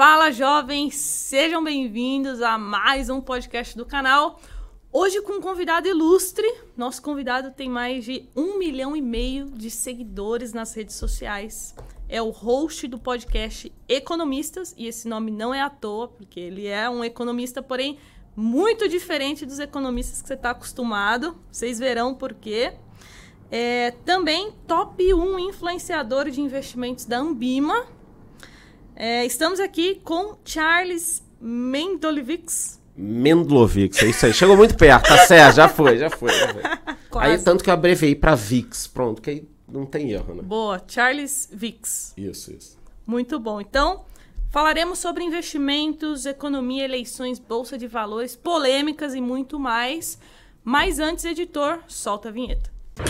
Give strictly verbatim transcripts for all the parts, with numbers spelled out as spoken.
Fala, jovens! Sejam bem-vindos a mais um podcast do canal. Hoje com um convidado ilustre. Nosso convidado tem mais de um milhão e meio de seguidores nas redes sociais. É o host do podcast Economistas, e esse nome não é à toa, porque ele é um economista, porém, muito diferente dos economistas que você está acostumado. Vocês verão por quê. É também top um influenciador de investimentos da Ambima. É, estamos aqui com Charles Mendlovics. Mendlovics, é isso aí. Chegou muito perto, tá certo, já foi, já foi. Já foi. Aí tanto que eu abreviei pra Vix, pronto, que aí não tem erro, né? Boa, Charles Vix. Isso, isso. Muito bom. Então, falaremos sobre investimentos, economia, eleições, bolsa de valores, polêmicas e muito mais. Mas antes, editor, solta a vinheta.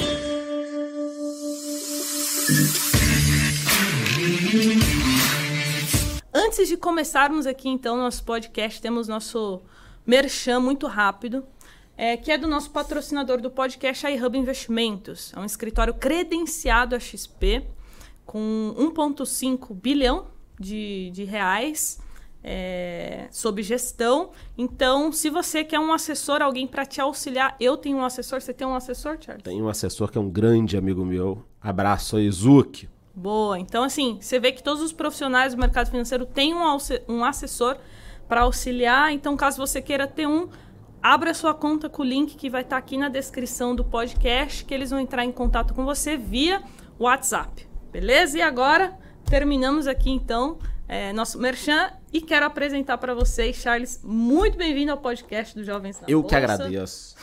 Antes de começarmos aqui, então, nosso podcast, temos nosso merchan muito rápido, é, que é do nosso patrocinador do podcast, a iHub Investimentos. É um escritório credenciado a X P, com um vírgula cinco bilhão de, de reais é, sob gestão. Então, se você quer um assessor, alguém para te auxiliar, eu tenho um assessor. Você tem um assessor, Charles? Tenho um assessor que é um grande amigo meu. Abraço aí, Zuc. Boa. Então, assim, você vê que todos os profissionais do mercado financeiro têm um, um assessor para auxiliar. Então, caso você queira ter um, abra sua conta com o link que vai estar aqui na descrição do podcast, que eles vão entrar em contato com você via WhatsApp. Beleza? E agora, terminamos aqui, então, é, nosso merchan. E quero apresentar para vocês, Charles, muito bem-vindo ao podcast do Jovens na Eu Bolsa. que agradeço.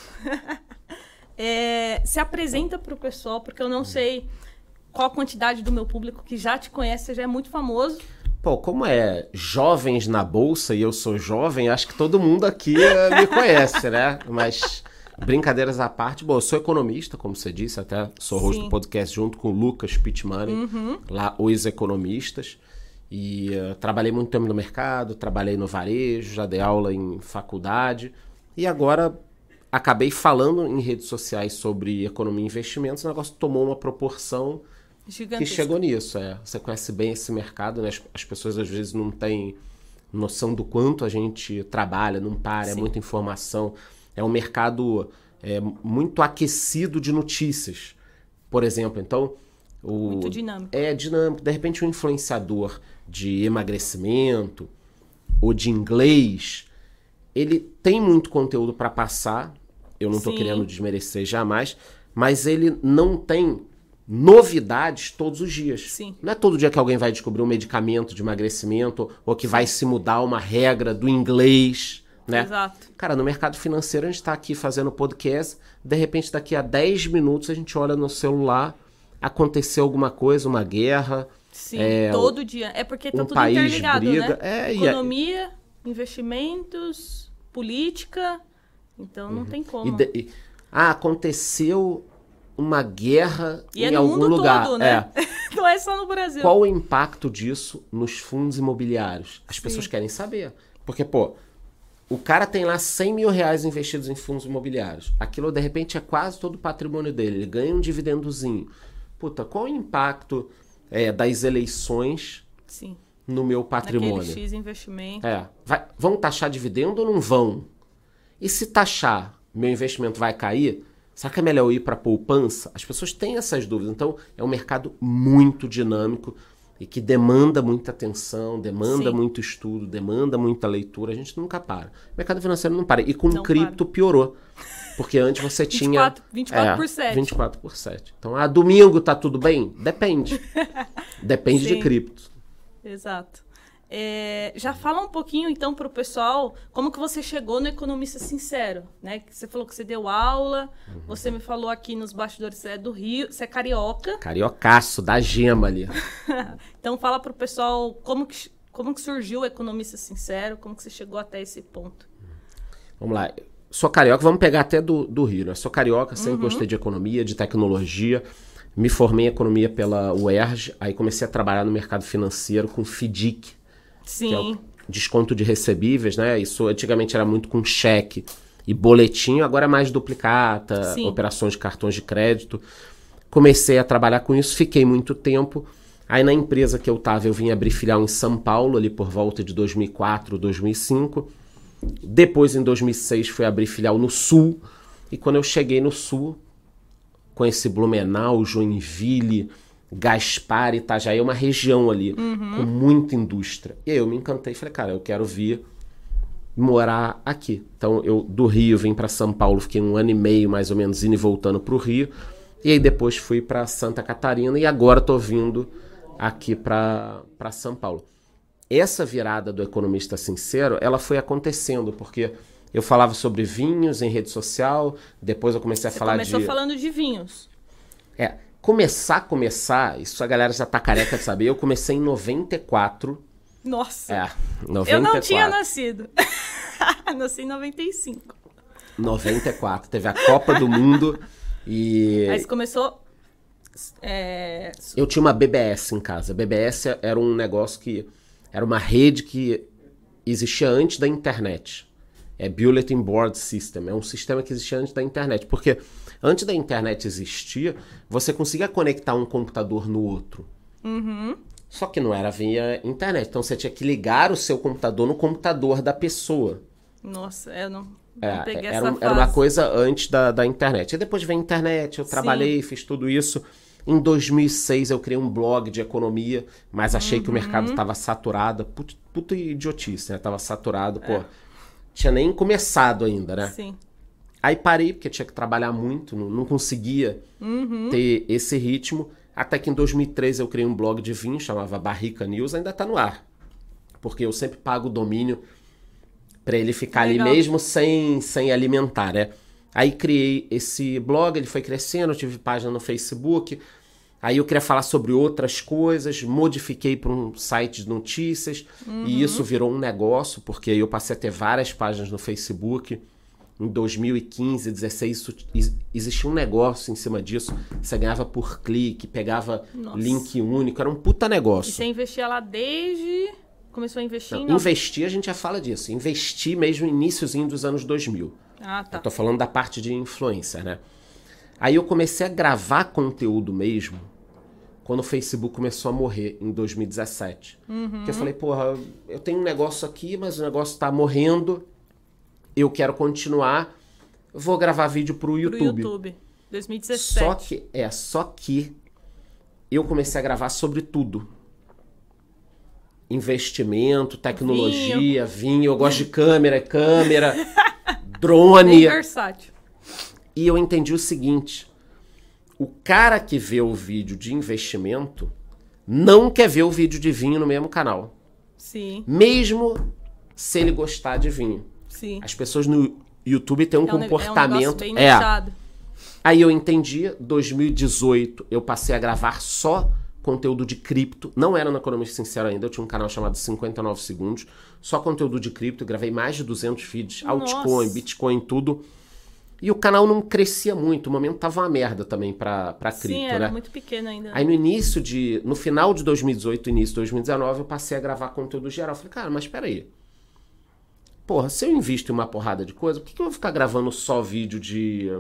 é, se apresenta para o pessoal, porque eu não sei qual a quantidade do meu público que já te conhece, você já é muito famoso. Pô, como é Jovens na Bolsa e eu sou jovem, acho que todo mundo aqui me conhece, né? Mas, brincadeiras à parte, bom, eu sou economista, como você disse, até sou host do podcast junto com o Lucas Pitmani, uhum. lá Os Economistas. E uh, trabalhei muito tempo no mercado, trabalhei no varejo, já dei aula em faculdade. E agora acabei falando em redes sociais sobre economia e investimentos, o negócio tomou uma proporção que chegou nisso. É. Você conhece bem esse mercado, né? As, as pessoas às vezes não têm noção do quanto a gente trabalha, não para, Sim. é muita informação. É um mercado é, muito aquecido de notícias, por exemplo. Então, o, muito dinâmico. É dinâmico. De repente, um influenciador de emagrecimento ou de inglês, ele tem muito conteúdo para passar. Eu não estou querendo desmerecer jamais, mas ele não tem novidades todos os dias. Sim. Não é todo dia que alguém vai descobrir um medicamento de emagrecimento ou que vai se mudar uma regra do inglês, né? Exato. Cara, no mercado financeiro a gente está aqui fazendo podcast, de repente daqui a dez minutos a gente olha no celular, aconteceu alguma coisa, uma guerra. Sim, é, todo dia. É porque tá um tudo país interligado, briga, né? É, Economia, e... investimentos, política, então não uhum. tem como. E de... e... Ah, aconteceu uma guerra e em é algum mundo lugar. Todo, né? É. Não é só no Brasil. Qual o impacto disso nos fundos imobiliários? As Sim. pessoas querem saber. Porque, pô, o cara tem lá cem mil reais investidos em fundos imobiliários. Aquilo, de repente, é quase todo o patrimônio dele. Ele ganha um dividendozinho. Puta, qual o impacto é, das eleições Sim. no meu patrimônio? Naquele X investimento. É. Vai, vão taxar dividendo ou não vão? E se taxar, meu investimento vai cair? Será que é melhor eu ir para poupança? As pessoas têm essas dúvidas. Então, é um mercado muito dinâmico e que demanda muita atenção, demanda Sim. muito estudo, demanda muita leitura. A gente nunca para. O mercado financeiro não para. E com o cripto para. piorou. Porque antes você tinha... vinte e quatro por sete. É, vinte e quatro por sete. Então, ah, domingo tá tudo bem? Depende. Depende Sim. de cripto. Exato. É, já fala um pouquinho, então, para o pessoal, como que você chegou no Economista Sincero, né? Você falou que você deu aula, uhum. você me falou aqui nos bastidores, você é do Rio, você é carioca. Cariocaço, da gema ali. Então, fala para o pessoal como que, como que surgiu o Economista Sincero, como que você chegou até esse ponto. Vamos lá. Sou carioca, vamos pegar até do, do Rio, né? Sou carioca, sempre uhum. gostei de economia, de tecnologia. Me formei em economia pela U E R J, aí comecei a trabalhar no mercado financeiro com FDIC. Sim. Que é o desconto de recebíveis, né? Isso antigamente era muito com cheque e boletim, agora é mais duplicata, Sim. operações de cartões de crédito. Comecei a trabalhar com isso, fiquei muito tempo. Aí na empresa que eu tava, eu vim abrir filial em São Paulo, ali por volta de dois mil e quatro, dois mil e cinco. Depois, em dois mil e seis, fui abrir filial no Sul. E quando eu cheguei no Sul, conheci Blumenau, Joinville, Gaspar, Itajaí, uma região ali uhum. com muita indústria. E aí eu me encantei e falei, cara, eu quero vir morar aqui. Então eu do Rio vim para São Paulo, fiquei um ano e meio mais ou menos indo e voltando pro Rio. E aí depois fui para Santa Catarina e agora tô vindo aqui para para São Paulo. Essa virada do Economista Sincero, ela foi acontecendo, porque eu falava sobre vinhos em rede social, depois eu comecei a Você falar de... Você começou falando de vinhos. É, começar, começar, isso a galera já tá careca de saber, eu comecei em noventa e quatro. Nossa. É, noventa e quatro. Eu não tinha nascido. Nasci em noventa e cinco. noventa e quatro, teve a Copa do Mundo e... Aí você começou... É... Eu tinha uma B B S em casa. B B S era um negócio que... Era uma rede que existia antes da internet. É Bulletin Board System. É um sistema que existia antes da internet. Porque antes da internet existir, você conseguia conectar um computador no outro. Uhum. Só que não era via internet. Então você tinha que ligar o seu computador no computador da pessoa. Nossa, eu não, não é, peguei era, essa um, fase. Era uma coisa antes da, da internet. E depois veio a internet, eu Sim. trabalhei, fiz tudo isso. Em dois mil e seis eu criei um blog de economia, mas achei uhum. que o mercado estava saturado. Puta, puta idiotice, né? Tava saturado, pô. É. Tinha nem começado ainda, né? Sim. Aí parei, porque tinha que trabalhar muito, não, não conseguia uhum. ter esse ritmo. Até que em dois mil e três eu criei um blog de vinho, chamava Barrica News, ainda tá no ar. Porque eu sempre pago o domínio para ele ficar Legal. ali mesmo sem, sem alimentar, né? Aí criei esse blog, ele foi crescendo, eu tive página no Facebook. Aí eu queria falar sobre outras coisas, modifiquei para um site de notícias. Uhum. E isso virou um negócio, porque eu passei a ter várias páginas no Facebook. Em dois mil e quinze, dezesseis, isso, existia um negócio em cima disso. Você ganhava por clique, pegava Nossa. link único, era um puta negócio. E você investia lá desde... Começou a investir Não, em... Investir, a gente já fala disso. Investir mesmo no iniciozinho dos anos dois mil. Ah, tá. Eu tô falando da parte de influencer, né? Aí eu comecei a gravar conteúdo mesmo quando o Facebook começou a morrer, em dois mil e dezessete. Uhum. Porque eu falei, porra, eu tenho um negócio aqui, mas o negócio tá morrendo, eu quero continuar, vou gravar vídeo pro YouTube. Pro YouTube, dois mil e dezessete. Só que, é, só que eu comecei a gravar sobre tudo. Investimento, tecnologia, vinho, vinho eu gosto de câmera, câmera, drone. Bem versátil. E eu entendi o seguinte, o cara que vê o vídeo de investimento não quer ver o vídeo de vinho no mesmo canal. Sim. Mesmo se ele gostar de vinho. Sim. As pessoas no YouTube têm um é um, comportamento... É um bem nichado. Aí eu entendi, dois mil e dezoito eu passei a gravar só conteúdo de cripto. Não era no Economista Sincero ainda, eu tinha um canal chamado cinquenta e nove segundos. Só conteúdo de cripto, eu gravei mais de duzentos feeds, Nossa. altcoin, bitcoin, tudo. E o canal não crescia muito, o momento tava uma merda também pra, pra cripto, Sim, era né? muito pequeno ainda. Aí no início de... No final de dois mil e dezoito, início de dois mil e dezenove, eu passei a gravar conteúdo geral. Eu falei, cara, mas peraí. Porra, se eu invisto em uma porrada de coisa, por que, que eu vou ficar gravando só vídeo de...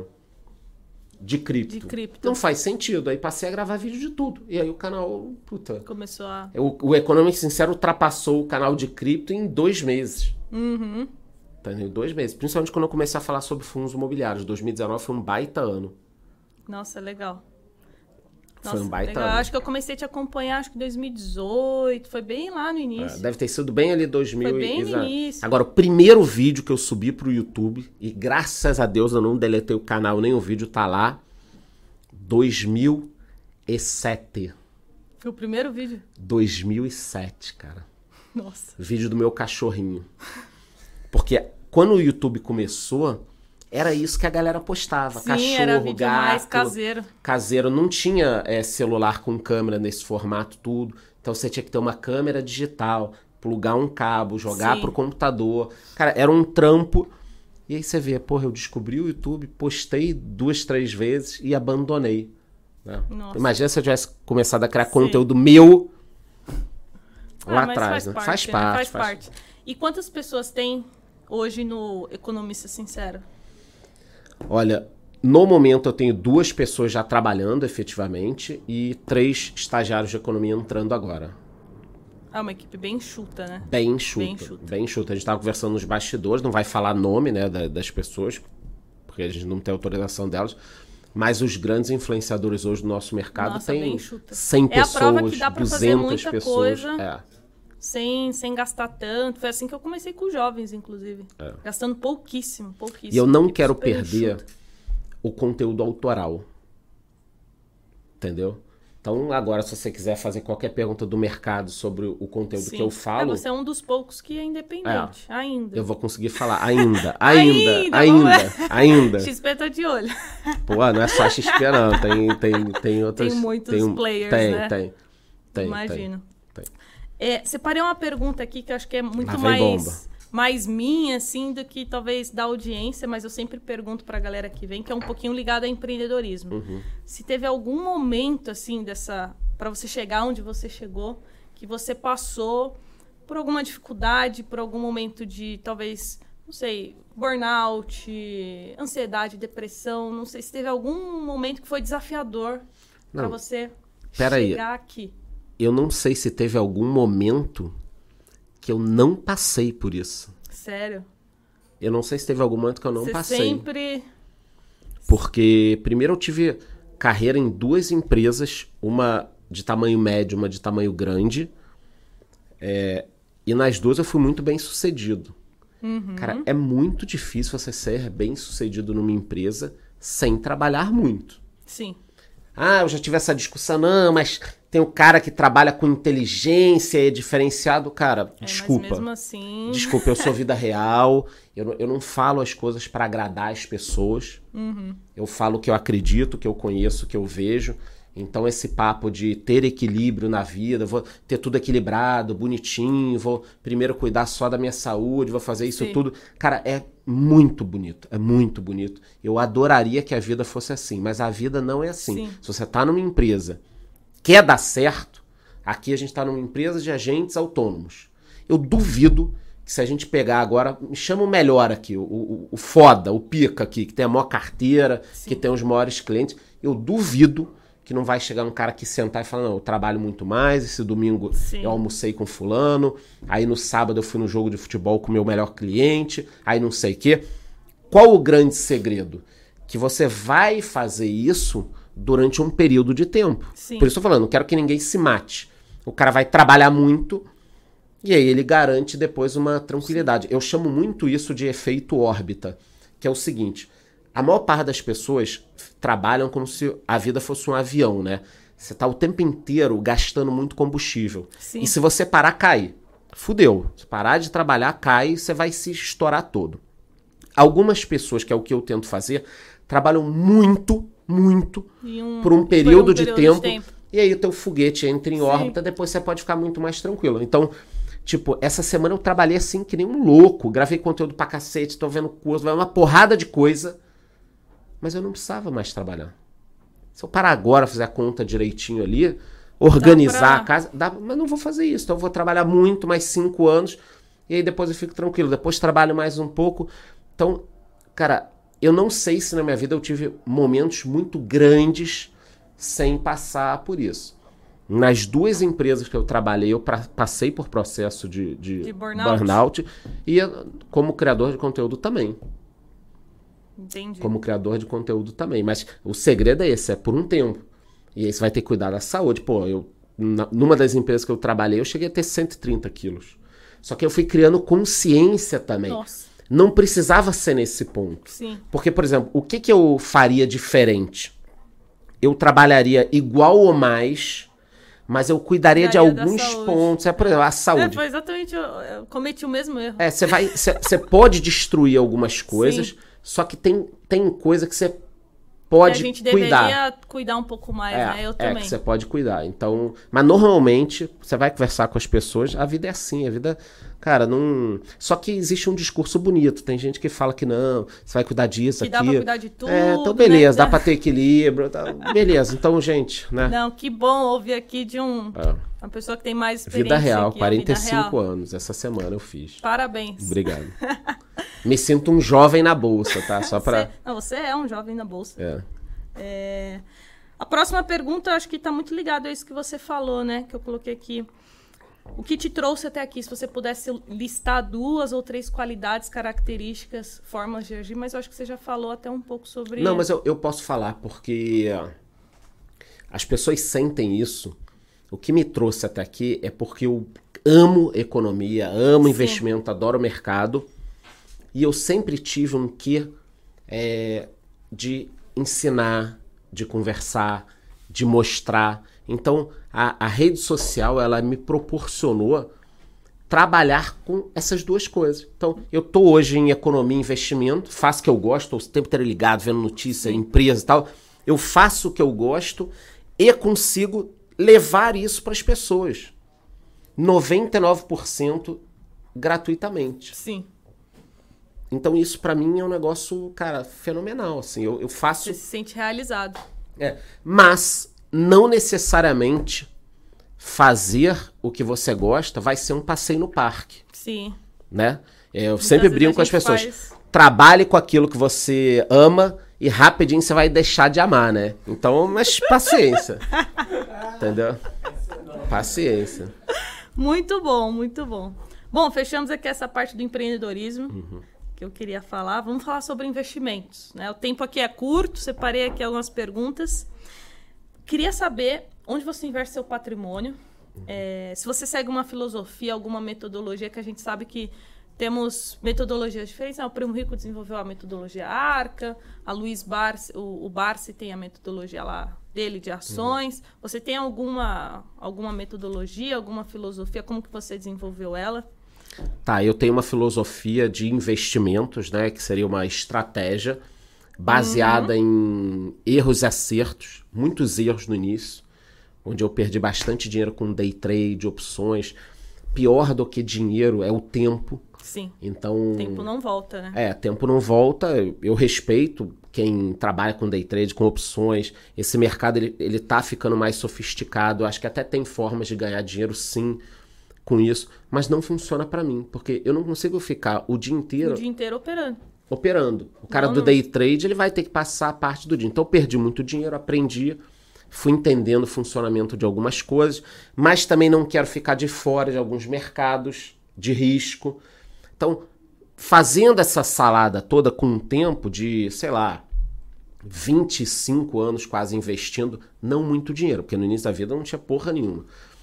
De cripto? De cripto. Não faz sentido. Aí passei a gravar vídeo de tudo. E aí o canal, puta... Começou a... O, o Economista Sincero ultrapassou o canal de cripto em dois meses. Uhum. Em dois meses. Principalmente quando eu comecei a falar sobre fundos imobiliários. dois mil e dezenove foi um baita ano. Nossa, legal. Foi Nossa, um baita legal. ano. Acho que eu comecei a te acompanhar, acho que em dois mil e dezoito. Foi bem lá no início. É, deve ter sido bem ali dois mil. Foi bem e... no início. Agora, o primeiro vídeo que eu subi pro YouTube, e graças a Deus eu não deletei o canal, nem o vídeo, tá lá. dois mil e sete. Foi o primeiro vídeo? dois mil e sete, cara. Nossa. Vídeo do meu cachorrinho. Porque quando o YouTube começou, era isso que a galera postava. Sim, Cachorro, era vídeo gato. mais caseiro. Caseiro. Não tinha é, celular com câmera nesse formato tudo. Então você tinha que ter uma câmera digital, plugar um cabo, jogar Sim. pro computador. Cara, era um trampo. E aí você vê, porra, eu descobri o YouTube, postei duas, três vezes e abandonei. Né? Imagina se eu tivesse começado a criar Sim. conteúdo meu lá ah, atrás. Faz, né? parte, faz né? parte. Faz, faz parte. E quantas pessoas tem hoje no Economista Sincero? Olha, No momento eu tenho duas pessoas já trabalhando efetivamente e três estagiários de economia entrando agora. Ah, uma equipe bem enxuta, né? Bem enxuta, Bem enxuta. Bem enxuta. A gente estava conversando nos bastidores, não vai falar nome, né, das pessoas, porque a gente não tem autorização delas, mas os grandes influenciadores hoje do nosso mercado Nossa, têm bem enxuta. cem É a pessoas, prova que dá pra fazer duzentas muita pessoas. coisa. É. Sem, sem gastar tanto. Foi assim que eu comecei com os jovens, inclusive. É. Gastando pouquíssimo, pouquíssimo. E eu não Equipe quero super perder enxuta. o conteúdo autoral. Entendeu? Então, agora, se você quiser fazer qualquer pergunta do mercado sobre o conteúdo Sim. que eu falo, É, você é um dos poucos que é independente, É. ainda. eu vou conseguir falar ainda, ainda, Ainda, ainda, vamos ainda. X P tá de olho. Pô, não é só X P não, tem, tem, tem outras... Tem muitos tem, players, tem, né? Tem, tem, Imagino. tem, tem. É, separei uma pergunta aqui que eu acho que é muito Lá vem mais, bomba. mais minha, assim, do que talvez da audiência, mas eu sempre pergunto pra galera que vem, que é um pouquinho ligada a empreendedorismo. Uhum. Se teve algum momento, assim, dessa... para você chegar onde você chegou, que você passou por alguma dificuldade, por algum momento de, talvez, não sei, burnout, ansiedade, depressão, não sei se teve algum momento que foi desafiador para Não, você pera aí. chegar aqui. Eu não sei se teve algum momento que eu não passei por isso. Sério? Eu não sei se teve algum momento que eu não você passei. sempre... Porque, primeiro, eu tive carreira em duas empresas, uma de tamanho médio, uma de tamanho grande. É, e nas duas eu fui muito bem sucedido. Uhum. Cara, é muito difícil você ser bem sucedido numa empresa sem trabalhar muito. Sim. Ah, eu já tive essa discussão, não, mas tem um cara que trabalha com inteligência, é diferenciado. Cara, É, desculpa. mas mesmo assim... Desculpa, eu sou vida real, eu não, eu não falo as coisas para agradar as pessoas. Uhum. Eu falo o que eu acredito, o que eu conheço, o que eu vejo. Então esse papo de ter equilíbrio na vida, vou ter tudo equilibrado, bonitinho, vou primeiro cuidar só da minha saúde, vou fazer isso Sim. tudo. Cara, é muito bonito, é muito bonito. Eu adoraria que a vida fosse assim, mas a vida não é assim. Sim. Se você tá numa empresa, quer dar certo, aqui a gente tá numa empresa de agentes autônomos. Eu duvido que se a gente pegar agora, me chama o melhor aqui, o, o, o foda, o pica aqui, que tem a maior carteira, Sim. que tem os maiores clientes, eu duvido que não vai chegar um cara que sentar e falar, não, eu trabalho muito mais, esse domingo Sim. eu almocei com fulano, aí no sábado eu fui no jogo de futebol com o meu melhor cliente, aí não sei o quê. Qual o grande segredo? Que você vai fazer isso durante um período de tempo. Sim. Por isso eu tô falando, não quero que ninguém se mate. O cara vai trabalhar muito e aí ele garante depois uma tranquilidade. Sim. Eu chamo muito isso de efeito órbita, que é o seguinte... A maior parte das pessoas trabalham como se a vida fosse um avião, né? Você tá o tempo inteiro gastando muito combustível. Sim. E se você parar, cai. Fudeu. Se parar de trabalhar, cai, você vai se estourar todo. Algumas pessoas, que é o que eu tento fazer, trabalham muito, muito um, por um período, por um de, período tempo, de tempo. E aí o teu foguete entra em Sim. órbita, depois você pode ficar muito mais tranquilo. Então... Tipo, essa semana eu trabalhei assim que nem um louco. Gravei conteúdo pra cacete, tô vendo curso, vai uma porrada de coisa. Mas eu não precisava mais trabalhar. Se eu parar agora, fizer a conta direitinho ali, organizar pra... a casa, dá, mas não vou fazer isso. Então eu vou trabalhar muito, mais cinco anos, e aí depois eu fico tranquilo. Depois trabalho mais um pouco. Então, cara, eu não sei se na minha vida eu tive momentos muito grandes sem passar por isso. Nas duas empresas que eu trabalhei, eu pra, passei por processo de, de, de burnout. burnout. E como criador de conteúdo também. Entendi. Como criador de conteúdo também. Mas o segredo é esse, é por um tempo. E aí você vai ter que cuidar da saúde. Pô, eu, na, numa das empresas que eu trabalhei, eu cheguei a ter cento e trinta quilos. Só que eu fui criando consciência também. Nossa. Não precisava ser nesse ponto. Sim. Porque, por exemplo, o que, que eu faria diferente? Eu trabalharia igual ou mais... Mas eu cuidaria de alguns pontos. É, por exemplo, a saúde. É, foi exatamente, eu, eu cometi o mesmo erro. É, você vai. Você pode destruir algumas coisas, sim, só que tem, tem coisa que você pode cuidar. A gente cuidar. deveria cuidar um pouco mais, é, né? Eu é também. É, que você pode cuidar. Então, mas normalmente, você vai conversar com as pessoas, a vida é assim, a vida... Cara, não... Só que existe um discurso bonito. Tem gente que fala que não, você vai cuidar disso, que aqui. Que dá pra cuidar de tudo, É, então beleza, né? dá pra ter equilíbrio. Tá... Beleza, então, gente, né? Não, que bom ouvir aqui de um... É. Uma pessoa que tem mais experiência. Vida real, aqui, quarenta e cinco vida real. anos. Essa semana eu fiz. Parabéns. Obrigado. Me sinto um jovem na bolsa, tá? Só pra... Você, não, você é um jovem na bolsa. É. É, a próxima pergunta, acho que está muito ligado a isso que você falou, né? Que eu coloquei aqui. O que te trouxe até aqui? Se você pudesse listar duas ou três qualidades, características, formas de agir, mas eu acho que você já falou até um pouco sobre... Não, mas eu, eu posso falar, porque as pessoas sentem isso. O que me trouxe até aqui é porque eu amo economia, amo Sim. investimento, adoro mercado. E eu sempre tive um quê é, de ensinar, de conversar, de mostrar. Então, a, a rede social, ela me proporcionou trabalhar com essas duas coisas. Então, eu tô hoje em economia e investimento, faço o que eu gosto, estou o tempo inteiro ligado, vendo notícia, empresa e tal. Eu faço o que eu gosto e consigo levar isso para as pessoas. noventa e nove por cento gratuitamente. Sim. Então, isso para mim é um negócio, cara, fenomenal. Assim, eu, eu faço... Você se sente realizado. É, mas... não necessariamente fazer o que você gosta vai ser um passeio no parque. Sim. Né? É, eu Muitas sempre brinco com as pessoas. Faz... Trabalhe com aquilo que você ama e rapidinho você vai deixar de amar, né? Então, mas paciência. Entendeu? Paciência. Muito bom, muito bom. Bom, fechamos aqui essa parte do empreendedorismo. Uhum. Que eu queria falar. Vamos falar sobre investimentos, né? O tempo aqui é curto, separei aqui algumas perguntas. Queria saber onde você investe seu patrimônio, é, se você segue uma filosofia, alguma metodologia, que a gente sabe que temos metodologias diferentes. Ah, o Primo Rico desenvolveu a metodologia Arca, a Luiz Barsi, o, o Barsi tem a metodologia lá dele de ações. Uhum. Você tem alguma, alguma metodologia, alguma filosofia? Como que você desenvolveu ela? Tá, eu tenho uma filosofia de investimentos, né, que seria uma estratégia baseada uhum. em erros e acertos, muitos erros no início, onde eu perdi bastante dinheiro com day trade, opções. Pior do que dinheiro é o tempo. Sim, então, tempo não volta, né? É, tempo não volta. Eu respeito quem trabalha com day trade, com opções. Esse mercado, ele, ele tá ficando mais sofisticado. Acho que até tem formas de ganhar dinheiro, sim, com isso. Mas não funciona para mim, porque eu não consigo ficar o dia inteiro... O dia inteiro operando. Operando. O cara não, do não. day trade, ele vai ter que passar a parte do dia. Então, eu perdi muito dinheiro, aprendi, fui entendendo o funcionamento de algumas coisas, mas também não quero ficar de fora de alguns mercados de risco. Então, fazendo essa salada toda com um tempo de, sei lá, vinte e cinco anos quase investindo, não muito dinheiro, porque no início da vida não tinha porra nenhuma.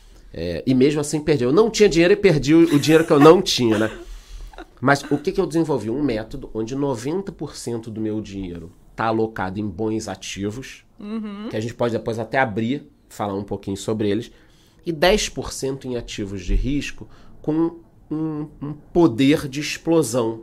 É, e mesmo assim perdi. Eu não tinha dinheiro e perdi o, o dinheiro que eu não tinha, né? Mas o que, que eu desenvolvi? Um método onde noventa por cento do meu dinheiro está alocado em bons ativos, uhum. que a gente pode depois até abrir, falar um pouquinho sobre eles, e dez por cento em ativos de risco com um, um poder de explosão,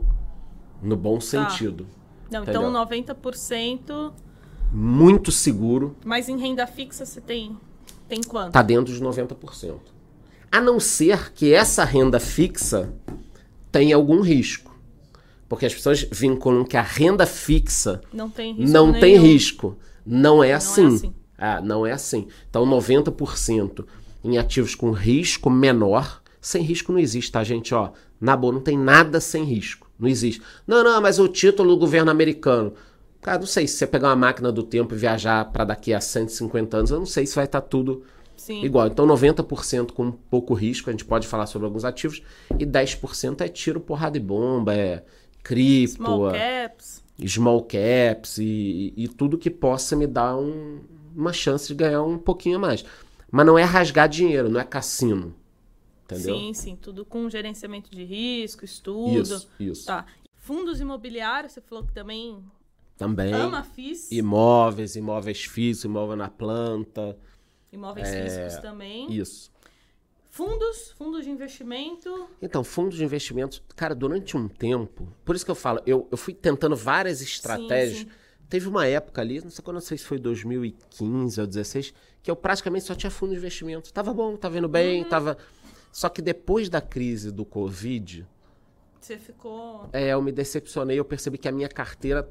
no bom sentido. Tá. Não, então noventa por cento... Muito seguro. Mas em renda fixa você tem, tem quanto? Está dentro dos noventa por cento. A não ser que essa renda fixa tenha algum risco. Porque as pessoas vinculam que a renda fixa não tem risco. Não nenhum. tem risco. Não é assim. Não é assim. Ah, não é assim. Então, noventa por cento em ativos com risco menor. Sem risco não existe, tá, gente? Ó, na boa, não tem nada sem risco. Não existe. Não, não, mas o título do governo americano. Cara, não sei, se você pegar uma máquina do tempo e viajar para daqui a cento e cinquenta anos, eu não sei se vai estar tudo Sim. igual. Então, noventa por cento com pouco risco, a gente pode falar sobre alguns ativos, e dez por cento é tiro, porrada e bomba, é cripto, small caps, small caps e, e tudo que possa me dar um, uma chance de ganhar um pouquinho a mais. Mas não é rasgar dinheiro, não é cassino. Entendeu? Sim, sim, tudo com gerenciamento de risco, estudo. Isso, isso. Tá. Fundos imobiliários, você falou que também, também ama F I Is. Imóveis, imóveis físicos, imóvel na planta. Imóveis é... físicos também. Isso. Fundos, fundos de investimento. Então, fundos de investimentos, cara, durante um tempo, por isso que eu falo, eu, eu fui tentando várias estratégias. Sim, sim. Teve uma época ali, não sei quando, não sei se foi dois mil e quinze ou dezesseis, que eu praticamente só tinha fundo de investimento. Tava bom, tava indo bem, uhum. tava... Só que depois da crise do Covid... Você ficou... É, eu me decepcionei, eu percebi que a minha carteira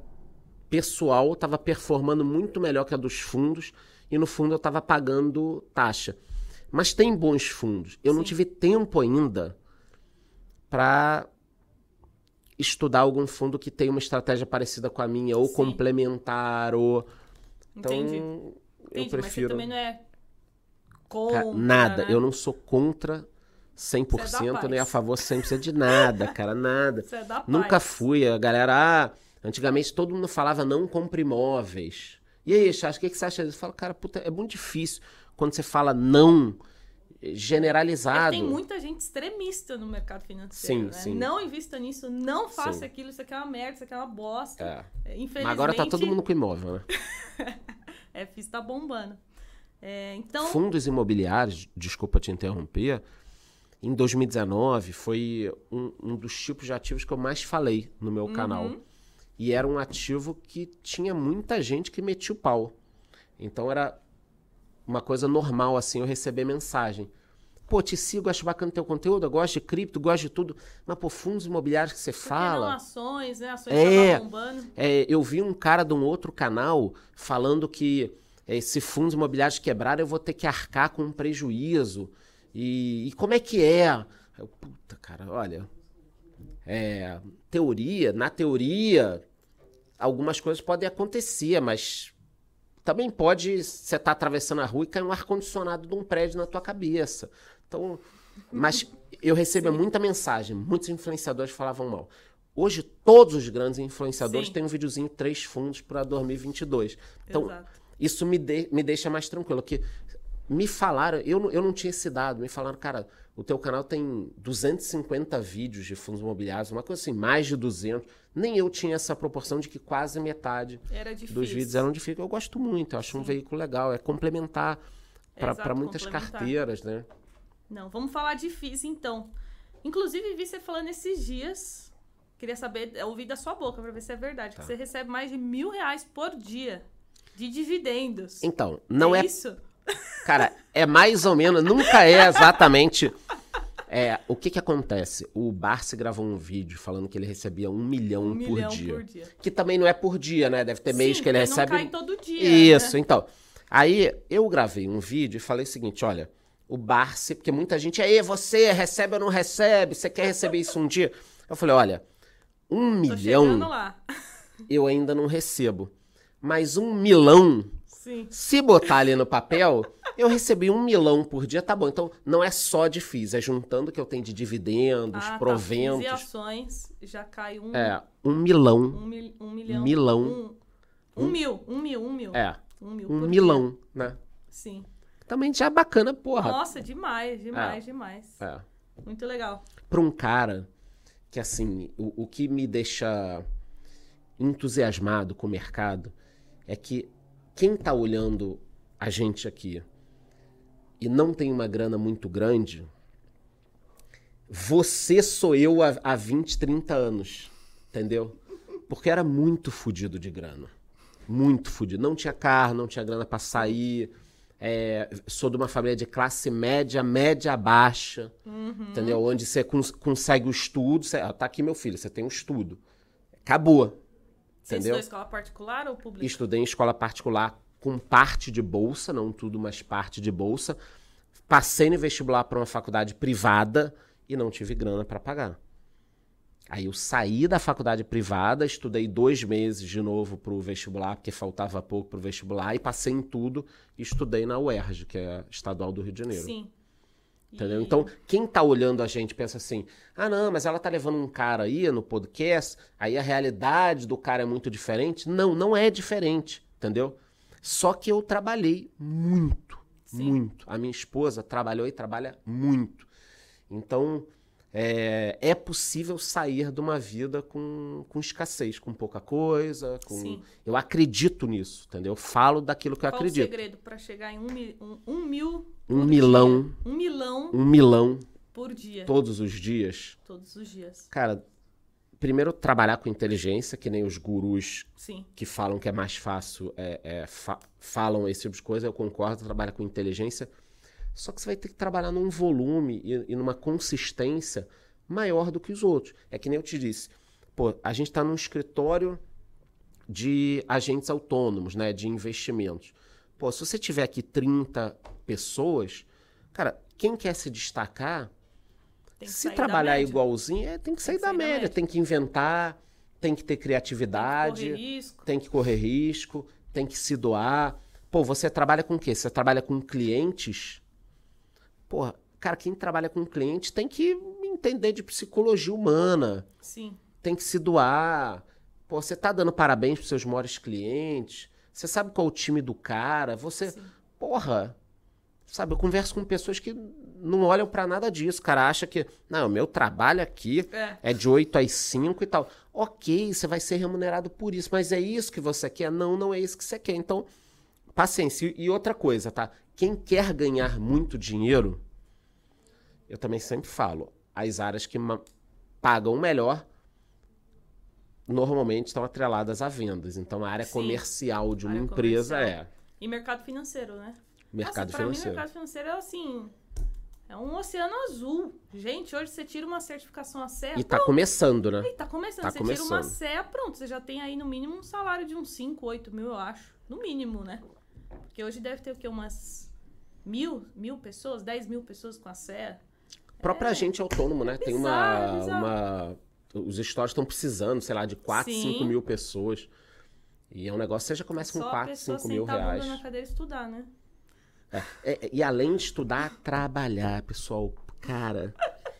pessoal estava performando muito melhor que a dos fundos, e no fundo eu estava pagando taxa. Mas tem bons fundos. Eu Sim. não tive tempo ainda para estudar algum fundo que tem uma estratégia parecida com a minha, ou Sim. complementar, ou... Então, Entendi. eu Entendi, prefiro... mas você também não é contra, Nada, né? eu não sou contra cem por cento, é nem a favor cem por cento de nada, cara, nada. Você é da Nunca paz. fui, a galera, ah, antigamente todo mundo falava não compre imóveis. E aí, Chás, o que, que você acha disso? Eu falo, cara, puta, é muito difícil quando você fala não generalizado. É que tem muita gente extremista no mercado financeiro, sim, né? Sim. Não invista nisso, não faça Sim. aquilo, isso aqui é uma merda, isso aqui é uma bosta. É. Infelizmente... Mas agora tá todo mundo com imóvel, né? é, F I I tá bombando. É, então... Fundos imobiliários, desculpa te interromper, em dois mil e dezenove foi um, um dos tipos de ativos que eu mais falei no meu Uhum. canal. E era um ativo que tinha muita gente que metia o pau. Então era uma coisa normal, assim, eu receber mensagem. Pô, te sigo, acho bacana o teu conteúdo, eu gosto de cripto, gosto de tudo. Mas, pô, fundos imobiliários que você Porque fala... não ações, né? Ações é, estavam bombando. É, eu vi um cara de um outro canal falando que é, se fundos imobiliários quebrarem, eu vou ter que arcar com um prejuízo. E, e como é que é? Eu, puta, cara, olha... É, teoria, na teoria, algumas coisas podem acontecer, mas também pode você estar tá atravessando a rua e cair um ar-condicionado de um prédio na tua cabeça. Então, mas eu recebo muita mensagem, muitos influenciadores falavam mal. Hoje, todos os grandes influenciadores Sim. têm um videozinho três fundos para dois mil e vinte e dois. Então, Exato. isso me, de, me deixa mais tranquilo, que me falaram, eu, eu não tinha esse dado, me falaram, cara, o teu canal tem duzentos e cinquenta vídeos de fundos imobiliários, uma coisa assim, mais de duzentos. Nem eu tinha essa proporção de que quase metade dos vídeos eram difíceis. Eu gosto muito, eu acho Sim. um veículo legal, é complementar para muitas carteiras, né? Não, vamos falar de F I Is então. Inclusive, vi você falando esses dias, queria saber, ouvir da sua boca para ver se é verdade, tá. que você recebe mais de mil reais por dia de dividendos. Então, não é... é isso? Cara, é mais ou menos, nunca é exatamente... É, o que que acontece? O Barsi gravou um vídeo falando que ele recebia um milhão, um por, milhão dia. por dia. Que também não é por dia, né? Deve ter Sim, mês que ele recebe... não cai todo dia. Isso, né? então. Aí eu gravei um vídeo e falei o seguinte, olha, o Barsi... Porque muita gente, aí você recebe ou não recebe? Você quer receber isso um dia? Eu falei, olha, um Tô milhão lá. eu ainda não recebo. Mas um milão... Sim. Se botar ali no papel, eu recebi um milão por dia, tá bom. Então, não é só de F I Is, é juntando o que eu tenho de dividendos, ah, proventos. Tá. F I Is e ações, já cai um... É, um milão. Um, mil, um milhão. Milão. Um, um, um mil, um mil, um mil. É, um, mil um milão, dia. né? Sim. Também já é bacana, porra. Nossa, demais, demais, é. demais. É. Muito legal. Pra um cara que, assim, o, o que me deixa entusiasmado com o mercado é que quem tá olhando a gente aqui e não tem uma grana muito grande, você sou eu há, há vinte, trinta anos, entendeu? Porque era muito fudido de grana. Muito fudido. Não tinha carro, não tinha grana pra sair. É, sou de uma família de classe média, média baixa, uhum. entendeu? Onde você cons consegue o estudo. Você, ah, tá aqui meu filho, você tem um estudo. Acabou. Você entendeu? estudou em escola particular ou pública? Estudei em escola particular com parte de bolsa, não tudo, mas parte de bolsa. Passei no vestibular para uma faculdade privada e não tive grana para pagar. Aí eu saí da faculdade privada, estudei dois meses de novo para o vestibular, porque faltava pouco para o vestibular, e passei em tudo e estudei na U E R J, que é a Estadual do Rio de Janeiro. Sim. Entendeu? E... Então, quem tá olhando a gente pensa assim, ah, não, mas ela tá levando um cara aí no podcast, aí a realidade do cara é muito diferente. Não, não é diferente, entendeu? Só que eu trabalhei muito, Sim. muito. A minha esposa trabalhou e trabalha muito. Então, é, é possível sair de uma vida com, com escassez, com pouca coisa. Com... Sim. Eu acredito nisso, entendeu? Eu falo daquilo que eu Qual acredito. Qual o segredo para chegar em um, um, um mil... Um milão. Dia. Um milão. Um milão. Por dia. Todos os dias. Todos os dias. Cara, primeiro trabalhar com inteligência, que nem os gurus Sim. que falam que é mais fácil, é, é, fa falam esse tipo de coisa, eu concordo, trabalhar com inteligência. Só que você vai ter que trabalhar num volume e, e numa consistência maior do que os outros. É que nem eu te disse, pô, a gente está num escritório de agentes autônomos, né, de investimentos. Pô, se você tiver aqui trinta pessoas, cara, quem quer se destacar Tem que Se sair trabalhar da média. igualzinho, é, tem que sair, Tem que da, sair da média, média. tem que inventar, tem que ter criatividade, Tem que correr risco. tem que correr risco, tem que se doar. Pô, você trabalha com o quê? Você trabalha com clientes? Porra, cara, quem trabalha com cliente tem que entender de psicologia humana, Sim. tem que se doar. Pô, você tá dando parabéns pros seus maiores clientes, você sabe qual é o time do cara, você... Sim. Porra, sabe, eu converso com pessoas que não olham pra nada disso, cara, acha que, não, meu trabalho aqui É. é de oito às cinco e tal. Ok, você vai ser remunerado por isso, mas é isso que você quer? Não, não é isso que você quer. Então, paciência. E outra coisa, tá? Quem quer ganhar muito dinheiro, eu também sempre falo, as áreas que ma- pagam melhor normalmente estão atreladas a vendas. Então, a área Sim. comercial de uma Área empresa comercial. é E mercado financeiro, né? mercado Nossa, pra mim, financeiro. mercado financeiro é assim... É um oceano azul. Gente, hoje você tira uma certificação a C E A, E tá começando, né? e tá começando. tá você tira uma começando. C E A, pronto. Você já tem aí no mínimo um salário de uns cinco, oito mil, eu acho. No mínimo, né? Porque hoje deve ter o quê? Umas mil, mil pessoas? Dez mil pessoas com a C E A? Próprio É. agente autônomo, né? É Tem bizarro, uma, é bizarro. uma... Os escritórios estão precisando, sei lá, de quatro, Sim. cinco mil pessoas. E é um negócio, você já começa com Só a quatro, pessoa cinco mil sentar a bunda reais. na cadeira e estudar, né? É, é, e além de estudar, trabalhar, pessoal. Cara,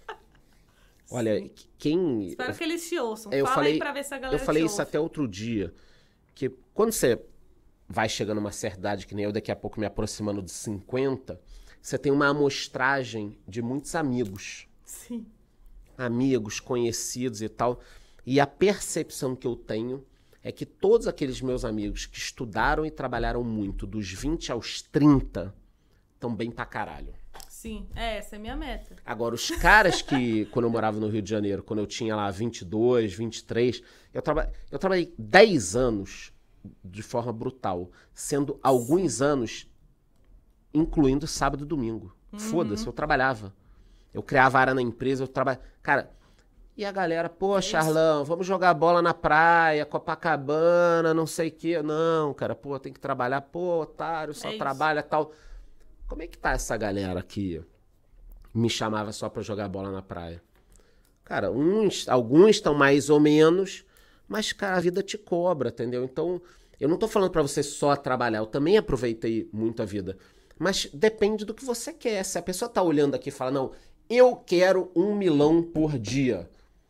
olha, Sim. quem... Espero que eles te ouçam. eu Fala falei, aí pra ver se a galera eu falei te isso ouve. até outro dia, que quando você vai chegando a uma certa idade, que nem eu daqui a pouco me aproximando de cinquenta, você tem uma amostragem de muitos amigos. Sim. Amigos, conhecidos e tal. E a percepção que eu tenho é que todos aqueles meus amigos que estudaram e trabalharam muito, dos vinte aos trinta, estão bem pra caralho. Sim. É, essa é a minha meta. Agora, os caras que, quando eu morava no Rio de Janeiro, quando eu tinha lá vinte e dois, vinte e três, eu, traba... eu trabalhei dez anos de forma brutal, sendo alguns anos incluindo sábado e domingo. Uhum. Foda-se, eu trabalhava. Eu criava área na empresa, eu trabalhava... Cara, e a galera, pô, É Charlão, vamos jogar bola na praia, Copacabana, não sei o quê. Não, cara, pô, tem que trabalhar. Pô, otário, só É isso. trabalha e tal. Como é que tá essa galera que me chamava só pra jogar bola na praia? Cara, uns, alguns estão mais ou menos, mas, cara, a vida te cobra, entendeu? Então, eu não tô falando pra você só trabalhar, eu também aproveitei muito a vida. Mas depende do que você quer. Se a pessoa tá olhando aqui e fala, não, eu quero um milão por dia.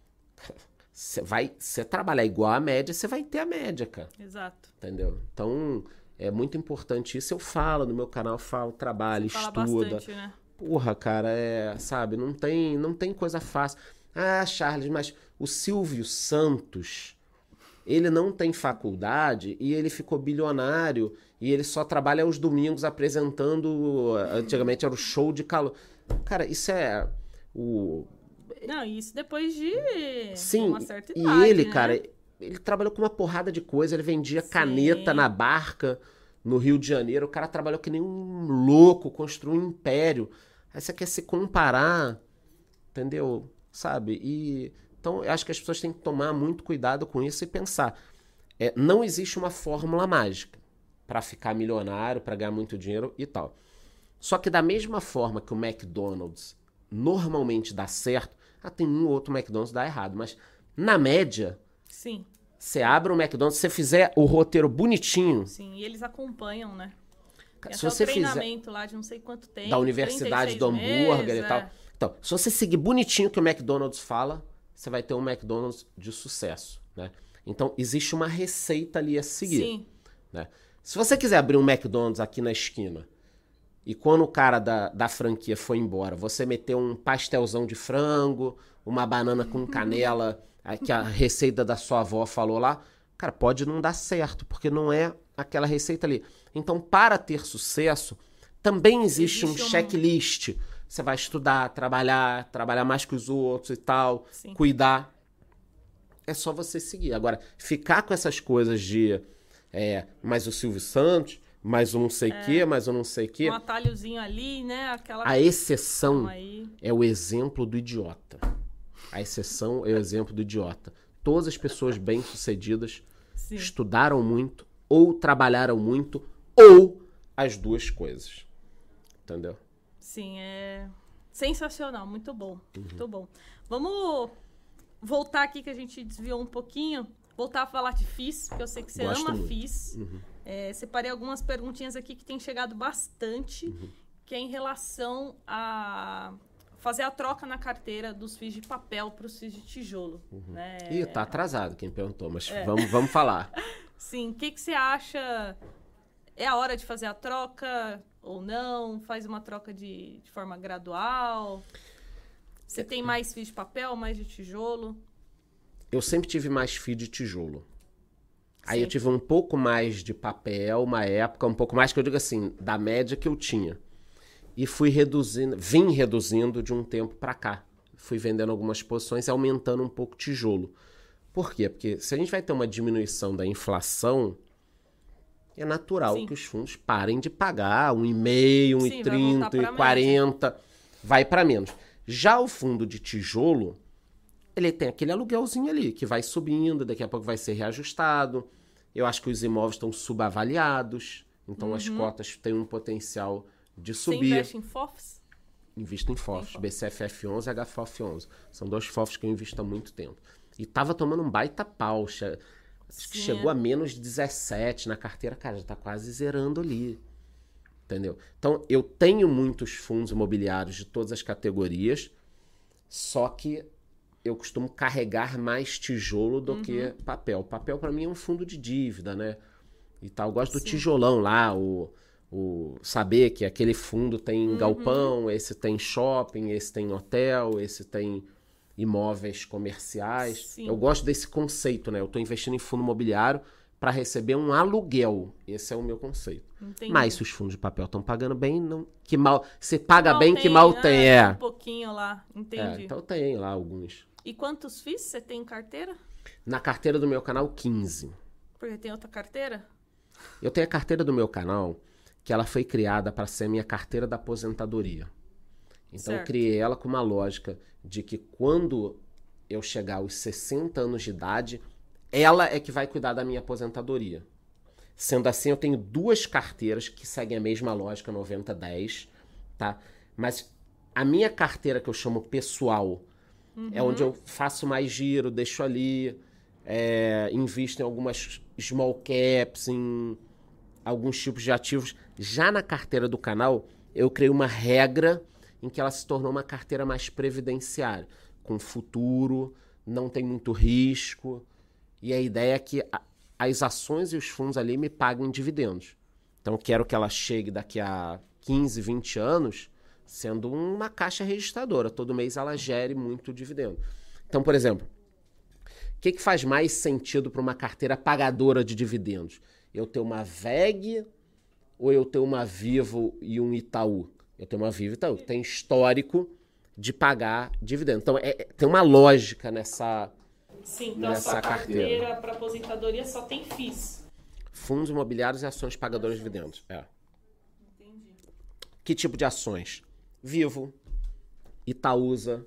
Você vai, você trabalhar igual a média, você vai ter a média, cara. Exato. Entendeu? Então, é muito importante isso. Eu falo no meu canal, eu falo, trabalho, Fala estuda. bastante, né? Porra, cara, é, sabe, não tem, não tem coisa fácil. Ah, Charles, mas o Silvio Santos, ele não tem faculdade e ele ficou bilionário e ele só trabalha aos domingos apresentando, antigamente era o show de calor. Cara, isso é o... Não, isso depois de Sim, uma certa e idade, ele, né? cara, ele trabalhou com uma porrada de coisa, ele vendia Sim. caneta na barca no Rio de Janeiro, o cara trabalhou que nem um louco, construiu um império. Aí você quer se comparar, entendeu? Sabe? E então eu acho que as pessoas têm que tomar muito cuidado com isso e pensar, é, não existe uma fórmula mágica para ficar milionário, para ganhar muito dinheiro e tal. Só que da mesma forma que o McDonald's normalmente dá certo, ah, tem um ou outro McDonald's que dá errado, mas na média, Sim, você abre o McDonald's, se você fizer o roteiro bonitinho, sim. E eles acompanham, né? Tem se até você o fizer treinamento lá de não sei quanto tempo. da Universidade do trinta e seis Hambúrguer meses, e tal. é. Então, se você seguir bonitinho o que o McDonald's fala, você vai ter um McDonald's de sucesso, né? Então, existe uma receita ali a seguir, Sim, né? Se você quiser abrir um McDonald's aqui na esquina e quando o cara da, da franquia foi embora, você meter um pastelzão de frango, uma banana com canela, a- que a receita da sua avó falou lá, cara, pode não dar certo, porque não é aquela receita ali. Então, para ter sucesso, também existe, Existe um um- checklist. Você vai estudar, trabalhar, trabalhar mais que os outros e tal, Sim. cuidar. É só você seguir. Agora, ficar com essas coisas de é, mais o Silvio Santos, mais um não sei o quê, mais um não sei o quê. um atalhozinho ali, né? Aquela A exceção aí. é o exemplo do idiota. A exceção é o exemplo do idiota. Todas as pessoas bem-sucedidas Sim. estudaram muito, ou trabalharam muito, ou as duas coisas. Entendeu? Sim, é... Sensacional, muito bom, uhum. muito bom. Vamos voltar aqui que a gente desviou um pouquinho, voltar a falar de F I S, porque eu sei que você Gosto ama muito. F I S. Uhum. É, separei algumas perguntinhas aqui que tem chegado bastante, uhum. que é em relação a fazer a troca na carteira dos F I Is de papel para os F I Is de tijolo. Uhum. Né? Ih, tá atrasado quem perguntou, mas é. vamos, vamos falar. Sim, o que, que você acha? É a hora de fazer a troca ou não? Faz uma troca de, de forma gradual? Você é. tem mais F I I de papel, mais de tijolo? Eu sempre tive mais F I I de tijolo. Aí Sim. eu tive um pouco mais de papel, uma época, um pouco mais, que eu digo assim, da média que eu tinha. E fui reduzindo, vim reduzindo de um tempo para cá. Fui vendendo algumas posições e aumentando um pouco o tijolo. Por quê? Porque se a gente vai ter uma diminuição da inflação, é natural Sim. que os fundos parem de pagar um vírgula cinco, um vírgula trinta, um vírgula quarenta, vai para menos. Já o fundo de tijolo, ele tem aquele aluguelzinho ali, que vai subindo, daqui a pouco vai ser reajustado. Eu acho que os imóveis estão subavaliados, então uhum. as cotas têm um potencial de subir. Você investe em F O Fs? Invisto em F O Fs, B C F F onze e H F O F onze. São dois F O Fs que eu invisto há muito tempo. E tava tomando um baita pau, acho que chegou a menos de dezessete na carteira, cara, já tá quase zerando ali. Entendeu? Então, eu tenho muitos fundos imobiliários de todas as categorias, só que eu costumo carregar mais tijolo do uhum. que papel. Papel, para mim, é um fundo de dívida, né? E tal. Eu gosto Sim. do tijolão lá, o, o saber que aquele fundo tem uhum. galpão, esse tem shopping, esse tem hotel, esse tem imóveis comerciais. Sim. Eu gosto desse conceito, né? Eu estou investindo em fundo imobiliário para receber um aluguel. Esse é o meu conceito. Entendi. Mas se os fundos de papel estão pagando bem, não, que mal. Você paga bem, tem, que mal tem. É, é. Um pouquinho lá, entendi. É, então tem lá alguns. E quantos F I Is você tem em carteira? Na carteira do meu canal, quinze. Porque tem outra carteira? Eu tenho a carteira do meu canal, que ela foi criada para ser a minha carteira da aposentadoria. Então, certo. eu criei ela com uma lógica de que quando eu chegar aos sessenta anos de idade, ela é que vai cuidar da minha aposentadoria. Sendo assim, eu tenho duas carteiras que seguem a mesma lógica, noventa dez, tá? Mas a minha carteira, que eu chamo pessoal, uhum. é onde eu faço mais giro, deixo ali, é, invisto em algumas small caps, em alguns tipos de ativos. Já na carteira do canal, eu criei uma regra em que ela se tornou uma carteira mais previdenciária, com futuro, não tem muito risco, e a ideia é que a, as ações e os fundos ali me paguem dividendos. Então, eu quero que ela chegue daqui a quinze, vinte anos sendo uma caixa registradora. Todo mês ela gere muito dividendo. Então, por exemplo, o que, que faz mais sentido para uma carteira pagadora de dividendos? Eu ter uma V E G ou eu ter uma Vivo e um Itaú? Eu tenho uma Vivo e Itaú, que tem histórico de pagar dividendo. Então, é, é, tem uma lógica nessa, Sim, então nessa a carteira. carteira para aposentadoria só tem F I Is. Fundos imobiliários e ações pagadoras de dividendos. É. Entendi. Que tipo de ações? Vivo, Itaúsa,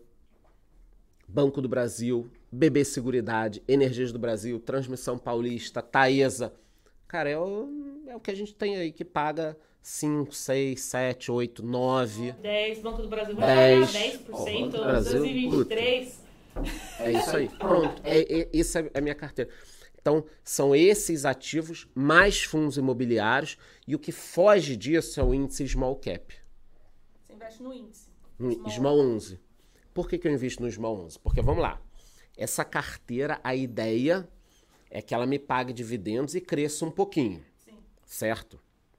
Banco do Brasil, B B Seguridade, Energias do Brasil, Transmissão Paulista, Taesa. Cara, é o, é o que a gente tem aí que paga cinco, seis, sete, oito, nove. dez, Banco do Brasil vai pagar dez por cento, oh, dois mil e vinte e três. É isso aí. Pronto, é, é, essa é a minha carteira. Então, são esses ativos mais fundos imobiliários e o que foge disso é o índice Small Cap. Você investe no índice? No Small, Small onze. Por que, que eu invisto no Small onze? Porque, vamos lá, essa carteira, a ideia é que ela me pague dividendos e cresça um pouquinho. Sim. Certo?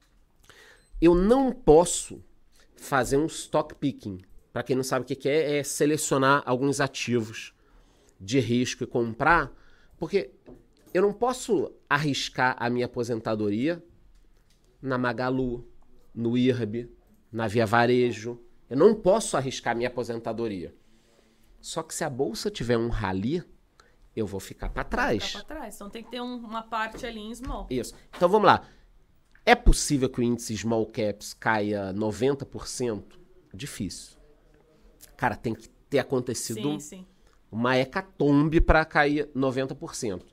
Eu não posso fazer um stock picking. Para quem não sabe o que, que é, é selecionar alguns ativos de risco e comprar, porque eu não posso arriscar a minha aposentadoria na Magalu, no I R B, na Via Varejo. Eu não posso arriscar a minha aposentadoria. Só que se a bolsa tiver um rally, eu vou ficar para trás. Ficar para trás. Então tem que ter um, uma parte ali em small. Isso. Então vamos lá. É possível que o índice Small Caps caia noventa por cento? Difícil. Cara, tem que ter acontecido sim, sim. uma hecatombe para cair noventa por cento.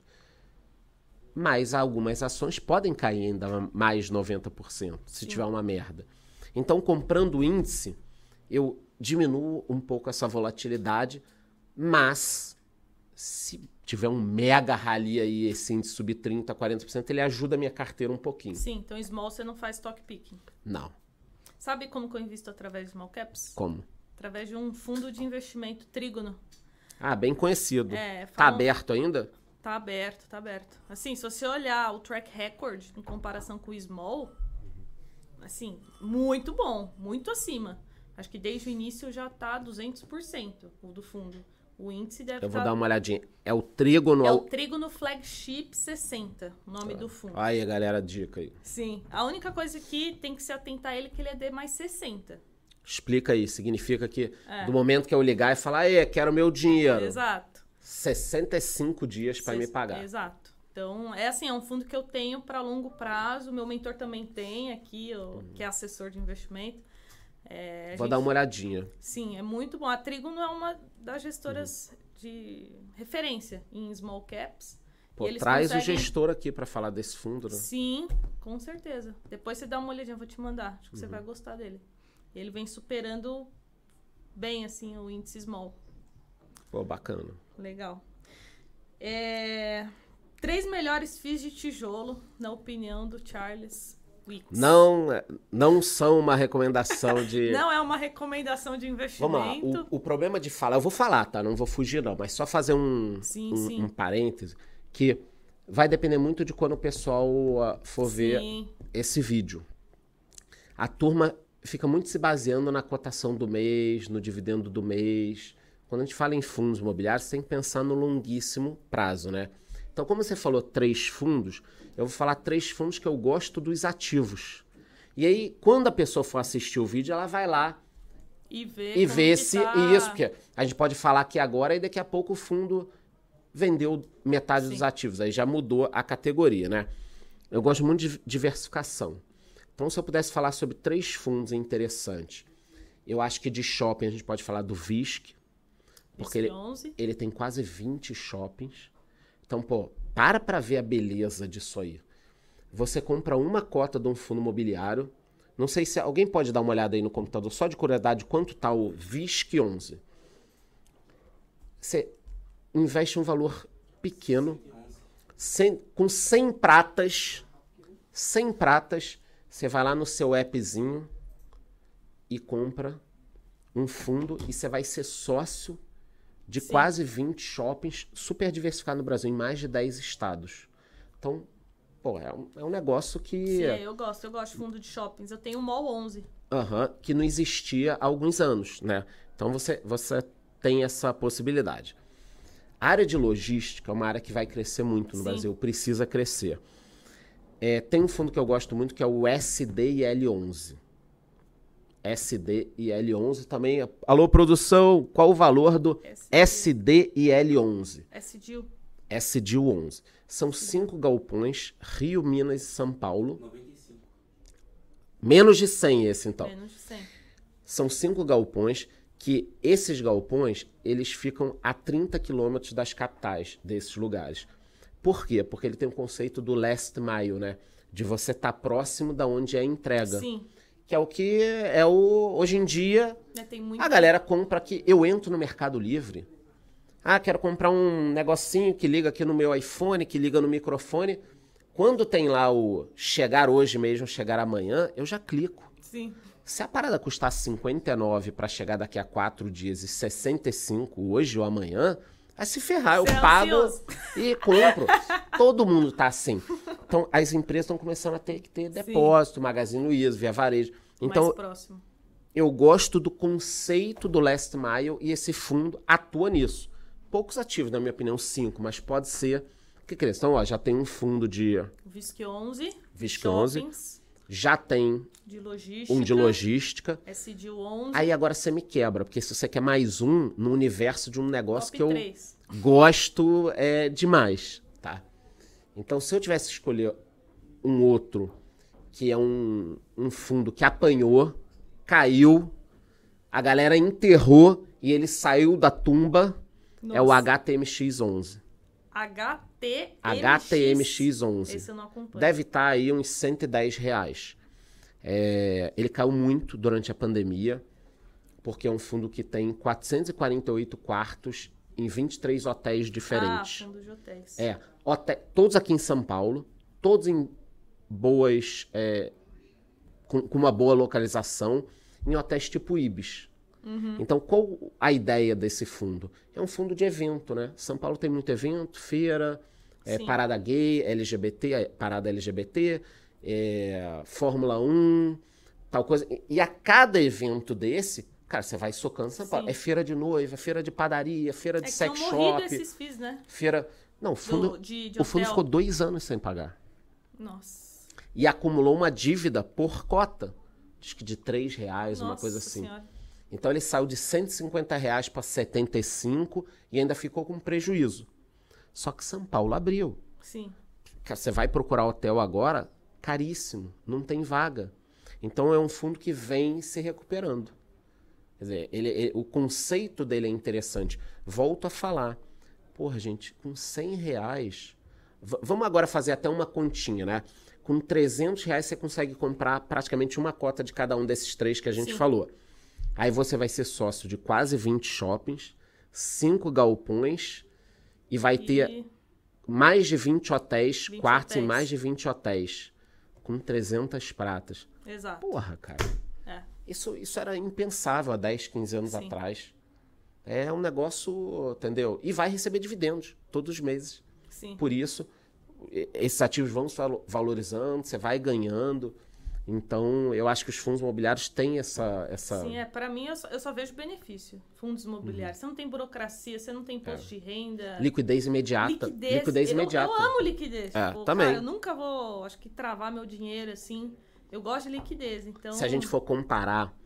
Mas algumas ações podem cair ainda mais noventa por cento, se sim. tiver uma merda. Então, comprando o índice, eu diminuo um pouco essa volatilidade, mas se tiver um mega rally aí, esse índice subir trinta, quarenta por cento, ele ajuda a minha carteira um pouquinho. Sim, então small você não faz stock picking. Não. Sabe como que eu invisto através de small caps? Como? Através de um fundo de investimento Trígono. Ah, bem conhecido. É, tá falam... aberto ainda? Tá aberto, tá aberto. Assim, se você olhar o track record em comparação com o small, assim, muito bom, muito acima. Acho que desde o início já tá duzentos por cento o do fundo. O índice deve Eu vou tá... dar uma olhadinha. É o Trígono... É o Trígono Flagship sessenta, o nome ah. do fundo. Aí, galera, dica aí. Sim. A única coisa que tem que se atentar a ele é que ele é D mais sessenta. Explica aí. Significa que É. do momento que eu ligar e falar, ei, quero meu dinheiro. Exato. sessenta e cinco dias para me pagar. Exato. Então, é assim, é um fundo que eu tenho para longo prazo. Meu mentor também tem aqui, o, Uhum. que é assessor de investimento. É, Vou gente... dar uma olhadinha. Sim, é muito bom. A Trígono é uma das gestoras uhum. de referência em small caps. Pô, eles traz conseguem... o gestor aqui para falar desse fundo, né? Sim, com certeza. Depois você dá uma olhadinha, eu vou te mandar. Acho que uhum. você vai gostar dele. Ele vem superando bem, assim, o índice small. Pô, bacana. Legal. É... Três melhores F I Is de tijolo, na opinião do Charles Wicks. Não, não são uma recomendação de... Não é uma recomendação de investimento. Vamos lá, o, o problema de falar... Eu vou falar, tá? Não vou fugir, não. Mas só fazer um, sim, um, sim. um parêntese, que vai depender muito de quando o pessoal uh, for sim. ver esse vídeo. A turma fica muito se baseando na cotação do mês, no dividendo do mês. Quando a gente fala em fundos imobiliários, você tem que pensar no longuíssimo prazo, né? Então, como você falou três fundos, eu vou falar três fundos que eu gosto dos ativos. E aí, quando a pessoa for assistir o vídeo, ela vai lá e ver, e ver se tá... isso, porque a gente pode falar aqui agora e daqui a pouco o fundo vendeu metade Sim. dos ativos, aí já mudou a categoria, né? Eu gosto muito de diversificação. Então, se eu pudesse falar sobre três fundos interessantes, eu acho que de shopping a gente pode falar do V I S C, porque ele, ele tem quase vinte shoppings. Então, pô, para pra ver a beleza disso aí. Você compra uma cota de um fundo imobiliário. Não sei se alguém pode dar uma olhada aí no computador, só de curiosidade, quanto tá o V I S C onze. Você investe um valor pequeno, cem, com cem pratas, cem pratas, você vai lá no seu appzinho e compra um fundo e você vai ser sócio de Sim. quase vinte shoppings, super diversificado no Brasil, em mais de dez estados. Então, pô, é um, é um negócio que... Sim, eu gosto, eu gosto de fundo de shoppings. Eu tenho o Mall onze. Aham, uhum, que não existia há alguns anos, né? Então, você, você tem essa possibilidade. A área de logística é uma área que vai crescer muito no Sim. Brasil, precisa crescer. É, tem um fundo que eu gosto muito, que é o S D I L onze. S D I L onze também. Alô, produção, qual o valor do S D I L onze? S D I L. S D I L onze. São cinco galpões, Rio, Minas e São Paulo. noventa e cinco. Menos de cem esse, então. Menos de cem. São cinco galpões que esses galpões, eles ficam a trinta quilômetros das capitais desses lugares. Por quê? Porque ele tem o conceito do last mile, né? De você estar tá próximo da onde é a entrega. Sim. Que é o que é o hoje em dia é, tem muito... a galera compra aqui. Eu entro no Mercado Livre. Ah, quero comprar um negocinho que liga aqui no meu iPhone, que liga no microfone. Quando tem lá o chegar hoje mesmo, chegar amanhã, eu já clico. Sim. Se a parada custar cinquenta e nove para chegar daqui a quatro dias e sessenta e cinco hoje ou amanhã, vai se ferrar. Eu Você pago é e compro. Todo mundo tá assim. Então, as empresas estão começando a ter que ter depósito, Sim. Magazine Luiza, Via Varejo. Então, mais próximo. Eu gosto do conceito do last mile e esse fundo atua nisso. Poucos ativos, na minha opinião, cinco, mas pode ser que cresça. Então, ó, já tem um fundo de... V I S C onze. V I S C onze. Já tem de logística, um de logística. S D I L onze. Aí agora você me quebra, porque se você quer mais um no universo de um negócio Top que eu três. Gosto é, demais, tá? Então, se eu tivesse que escolher um outro, que é um, um fundo que apanhou, caiu, a galera enterrou e ele saiu da tumba, Nossa. É o H T M X onze. H T M X? H T M X onze. Esse eu não acompanho. Deve estar aí uns cento e dez reais. É, ele caiu muito durante a pandemia. porque é um fundo que tem quatrocentos e quarenta e oito quartos em vinte e três hotéis diferentes. Ah, fundo de hotéis. É, hotel, todos aqui em São Paulo, todos em boas, é, com, com uma boa localização, em hotéis tipo Ibis. Uhum. Então, qual a ideia desse fundo? É um fundo de evento, né? São Paulo tem muito evento, feira, é, parada gay, L G B T, parada L G B T, é, Fórmula um, tal coisa. E, e a cada evento desse, cara, você vai socando São Paulo. Sim. É feira de noiva, feira de padaria, feira de É sex que morrido shop. esses F I Is, né? Feira... Não, o fundo, Do, de, de o fundo hotel. ficou dois anos sem pagar. Nossa. E acumulou uma dívida por cota. Acho que de três reais, uma Nossa coisa assim. Senhora. Então ele saiu de cento e cinquenta reais para setenta e cinco e ainda ficou com prejuízo. Só que São Paulo abriu. Sim. Você vai procurar hotel agora, caríssimo, não tem vaga. Então é um fundo que vem se recuperando. Quer dizer, ele, ele, o conceito dele é interessante. Volto a falar. Porra, gente, com cem reais... V- vamos agora fazer até uma continha, né? Com trezentos reais você consegue comprar praticamente uma cota de cada um desses três que a gente Sim. falou. Aí você vai ser sócio de quase vinte shoppings, cinco galpões e vai ter E... mais de vinte hotéis, vinte quartos em hotéis. mais de vinte hotéis, com trezentas pratas. Exato. Porra, cara. É. Isso, isso era impensável há dez, quinze anos Sim. atrás. É um negócio, entendeu? E vai receber dividendos todos os meses. Sim. Por isso, e- esses ativos vão se valo- valorizando, você vai ganhando. Então, eu acho que os fundos imobiliários têm essa... essa... Sim, é. Pra mim, eu só, eu só vejo benefício. Fundos imobiliários. Você não tem burocracia, você não tem imposto de renda. Liquidez imediata. Liquidez. eu, imediata. eu amo liquidez. É, Tipo, também. Cara, eu nunca vou, acho que, travar meu dinheiro assim. Eu gosto de liquidez, então... Se a gente for comparar,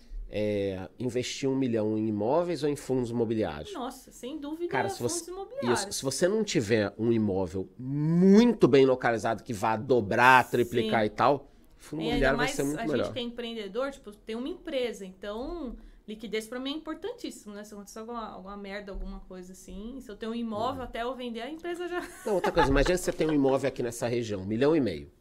é, investir um milhão em imóveis ou em fundos imobiliários? Nossa, sem dúvida, Cara, se fundos você, imobiliários. isso, se você não tiver um imóvel muito bem localizado que vá dobrar, triplicar Sim. e tal, fundo E ainda imobiliário vai mais ser muito a melhor. gente que é empreendedor, tipo, tem uma empresa, então liquidez pra mim é importantíssimo, né? Se acontecer alguma, alguma merda, alguma coisa assim, se eu tenho um imóvel, até eu vender, a empresa já... Não, outra coisa, imagina se você tem um imóvel aqui nessa região, um milhão e meio.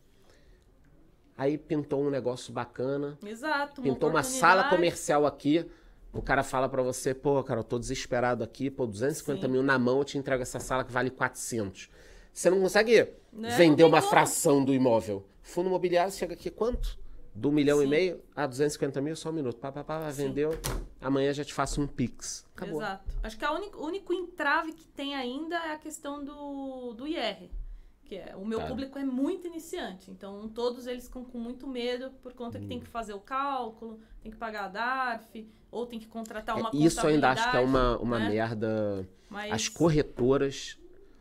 Aí pintou um negócio bacana, Exato, uma pintou uma oportunidade. sala comercial aqui, o cara fala pra você, pô, cara, eu tô desesperado aqui, pô, duzentos e cinquenta Sim. mil na mão, eu te entrego essa sala que vale quatrocentos. Você não consegue Né? vender Não tem uma como. fração do imóvel. Fundo imobiliário chega aqui quanto? Do milhão Sim. e meio a duzentos e cinquenta mil, só um minuto. Pá, pá, pá, Sim. vendeu, amanhã já te faço um Pix. Acabou. Exato. Acho que o único, único entrave que tem ainda é a questão do, do I R. Que é, o meu Tá. público é muito iniciante, então todos eles ficam com muito medo por conta que tem que fazer o cálculo, tem que pagar a D A R F, ou tem que contratar uma É, isso eu ainda acho que é uma, contabilidade, uma né? merda. Mas, As corretoras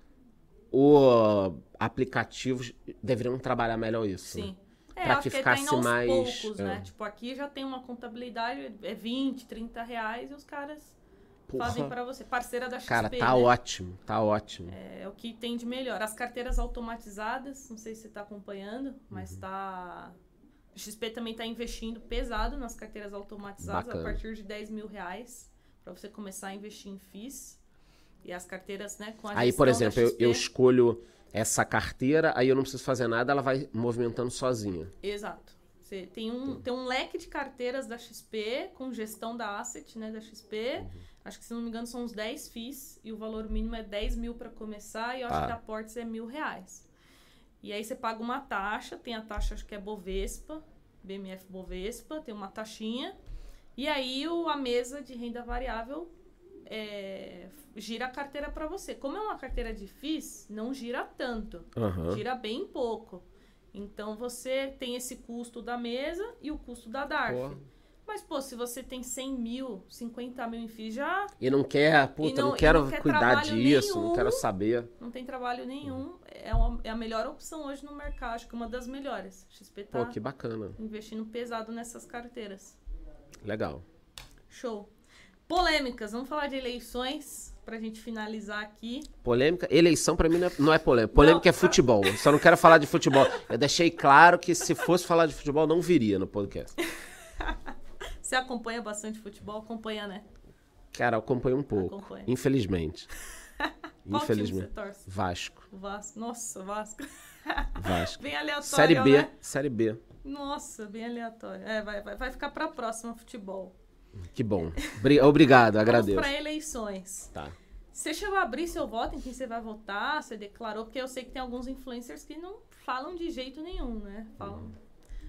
ou aplicativos deveriam trabalhar melhor isso. sim. Né? É, Pra acho que que ficasse tá indo aos mais, poucos, é. né? Tipo, aqui já tem uma contabilidade, é vinte, trinta reais e os caras Porra. fazem pra você. Parceira da X P, Cara, tá né? ótimo, tá ótimo. É o que tem de melhor. As carteiras automatizadas, não sei se você está acompanhando, mas Uhum. tá. A X P também está investindo pesado nas carteiras automatizadas Bacana. a partir de dez mil reais para você começar a investir em F I Is. E as carteiras, né, com a Aí, por gestão da exemplo, eu, X P. eu escolho essa carteira, aí eu não preciso fazer nada, ela vai movimentando sozinha. Exato. Você tem um, tem um leque de carteiras da X P com gestão da asset, né, da X P. Uhum. Acho que, se não me engano, são uns dez F I Is e o valor mínimo é dez mil para começar e eu acho Ah. que a Portes é mil reais. E aí você paga uma taxa, tem a taxa, acho que é Bovespa, B M F Bovespa, tem uma taxinha. E aí o, a mesa de renda variável é, gira a carteira para você. Como é uma carteira de F I S, não gira tanto, Aham. gira bem pouco. Então você tem esse custo da mesa e o custo da D A R F. Pô. Mas, pô, se você tem cem mil, cinquenta mil em F I S, já E não quer, puta, E não- não, e quero não quer cuidar trabalho disso, não nenhum. quero saber. não tem trabalho nenhum. É, uma- é a melhor opção hoje no mercado, acho que uma das melhores. A X P tá Pô, que bacana. investindo pesado nessas carteiras. Legal. Show. Polêmicas, vamos falar de eleições pra gente finalizar aqui. Polêmica, eleição pra mim não é, não é polêmica. Polêmica é futebol. Só não quero falar de futebol. Eu deixei claro que se fosse falar de futebol, não viria no podcast. Você acompanha bastante futebol? Acompanha, né? Cara, eu acompanho um pouco. Acompanha. Infelizmente. Qual Infelizmente. time você torce? Vasco. Vasco. Nossa, Vasco. Vasco. Bem aleatório, Série B. né? Série B. Nossa, bem aleatório. É, vai, vai, vai ficar pra próxima futebol. Que bom. Obrigado, agradeço. Vamos para eleições. Tá. Você chegou a abrir seu voto em quem você vai votar? Você declarou? Porque eu sei que tem alguns influencers que não falam de jeito nenhum, né? Falam... Uhum.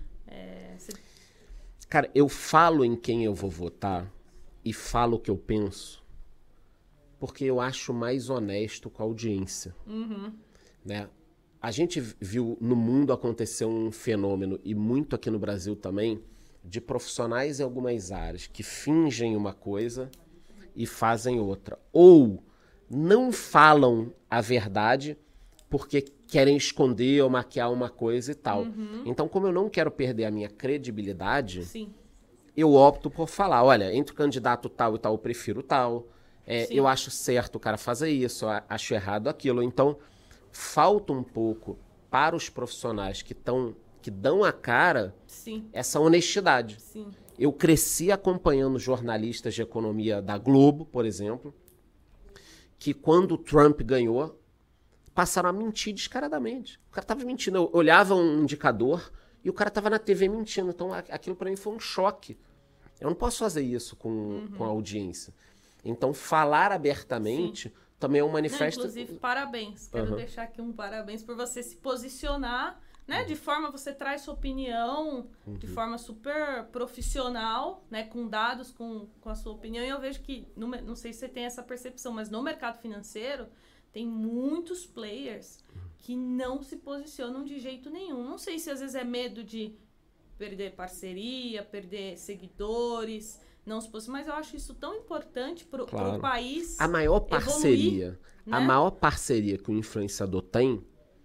É, você... Cara, eu falo em quem eu vou votar e falo o que eu penso porque eu acho mais honesto com a audiência. Uhum. Né? A gente viu no mundo acontecer um fenômeno, e muito aqui no Brasil também, de profissionais em algumas áreas que fingem uma coisa e fazem outra. Ou não falam a verdade porque querem esconder ou maquiar uma coisa e tal. Uhum. Então, como eu não quero perder a minha credibilidade, Sim. eu opto por falar, olha, entre o candidato tal e tal, eu prefiro tal. É, eu acho certo o cara fazer isso, eu acho errado aquilo. Então, falta um pouco para os profissionais que, tão, que dão a cara Sim. essa honestidade. Sim. Eu cresci acompanhando jornalistas de economia da Globo, por exemplo, que quando o Trump ganhou, passaram a mentir descaradamente. O cara tava mentindo. Eu olhava um indicador e o cara tava na T V mentindo. Então aquilo para mim foi um choque. Eu não posso fazer isso com, uhum. com a audiência. Então falar abertamente Sim. também é um manifesto... Não, inclusive, parabéns. Quero uhum. deixar aqui um parabéns por você se posicionar, né? Uhum. De forma, você traz sua opinião uhum. de forma super profissional, né? Com dados, com, com a sua opinião. E eu vejo que, no, não sei se você tem essa percepção, mas no mercado financeiro tem muitos players que não se posicionam de jeito nenhum. Não sei se às vezes é medo de perder parceria, perder seguidores, não se posicionar, mas eu acho isso tão importante para o claro. país. A maior parceria, evoluir, né? A maior parceria que o influenciador tem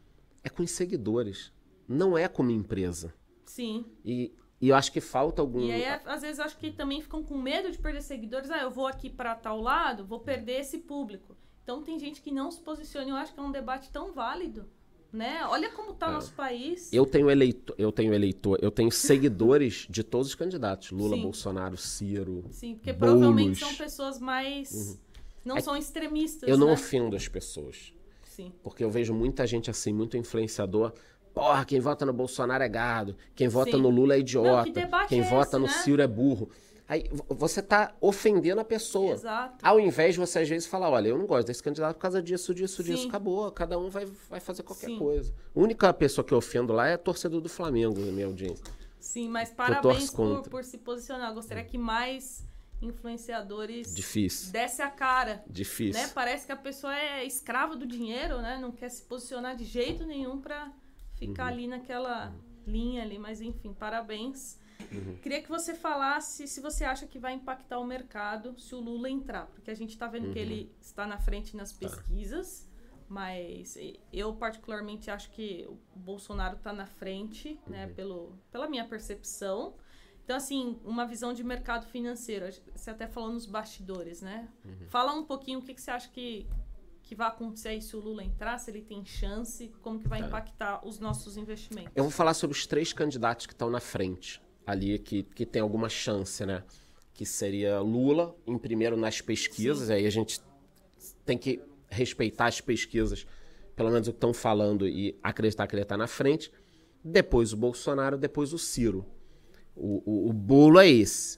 é com os seguidores, não é com uma empresa. Sim. E, e eu acho que falta algum... E aí, às vezes, acho que também ficam com medo de perder seguidores. Ah, eu vou aqui para tal lado, vou perder esse público. Então, tem gente que não se posiciona. Eu acho que é um debate tão válido, né? Olha como está o é. nosso país. Eu tenho eleitor, eu tenho eleitor, eu tenho seguidores de todos os candidatos. Lula, Sim. Bolsonaro, Ciro, Sim, porque Boulos. Provavelmente são pessoas mais... Uhum. Não é são extremistas, Eu não né? ofendo as pessoas. Sim. Porque eu vejo muita gente assim, muito influenciador. Porra, quem vota no Bolsonaro é gado. Quem vota Sim. no Lula é idiota. Não, quem é vota esse, no né? Ciro é burro. Aí você tá ofendendo a pessoa. Exato. Ao invés de você, às vezes, falar, olha, eu não gosto desse candidato por causa disso, disso, Sim. disso. Acabou. Cada um vai, vai fazer qualquer Sim. coisa. A única pessoa que eu ofendo lá é torcedor do Flamengo, na minha audiência. Sim, mas parabéns por, por se posicionar. Eu gostaria que mais influenciadores Difícil. desse a cara. Difícil. Né? Parece que a pessoa é escrava do dinheiro, né? Não quer se posicionar de jeito nenhum para ficar uhum. ali naquela linha ali. Mas, enfim, parabéns. Uhum. Queria que você falasse se você acha que vai impactar o mercado se o Lula entrar. Porque a gente está vendo uhum. que ele está na frente nas pesquisas, tá. mas eu particularmente acho que o Bolsonaro está na frente, uhum. né, pelo, pela minha percepção. Então, assim, uma visão de mercado financeiro. Você até falou nos bastidores, né? Uhum. Fala um pouquinho o que, que você acha que, que vai acontecer aí se o Lula entrar, se ele tem chance, como que vai tá. impactar os nossos investimentos. Eu vou falar sobre os três candidatos que estão na frente. Ali que, que tem alguma chance, né? Que seria Lula, em primeiro nas pesquisas, Sim. aí a gente tem que respeitar as pesquisas, pelo menos o que estão falando, e acreditar que ele está na frente. Depois o Bolsonaro, depois o Ciro. O, o, o bolo é esse.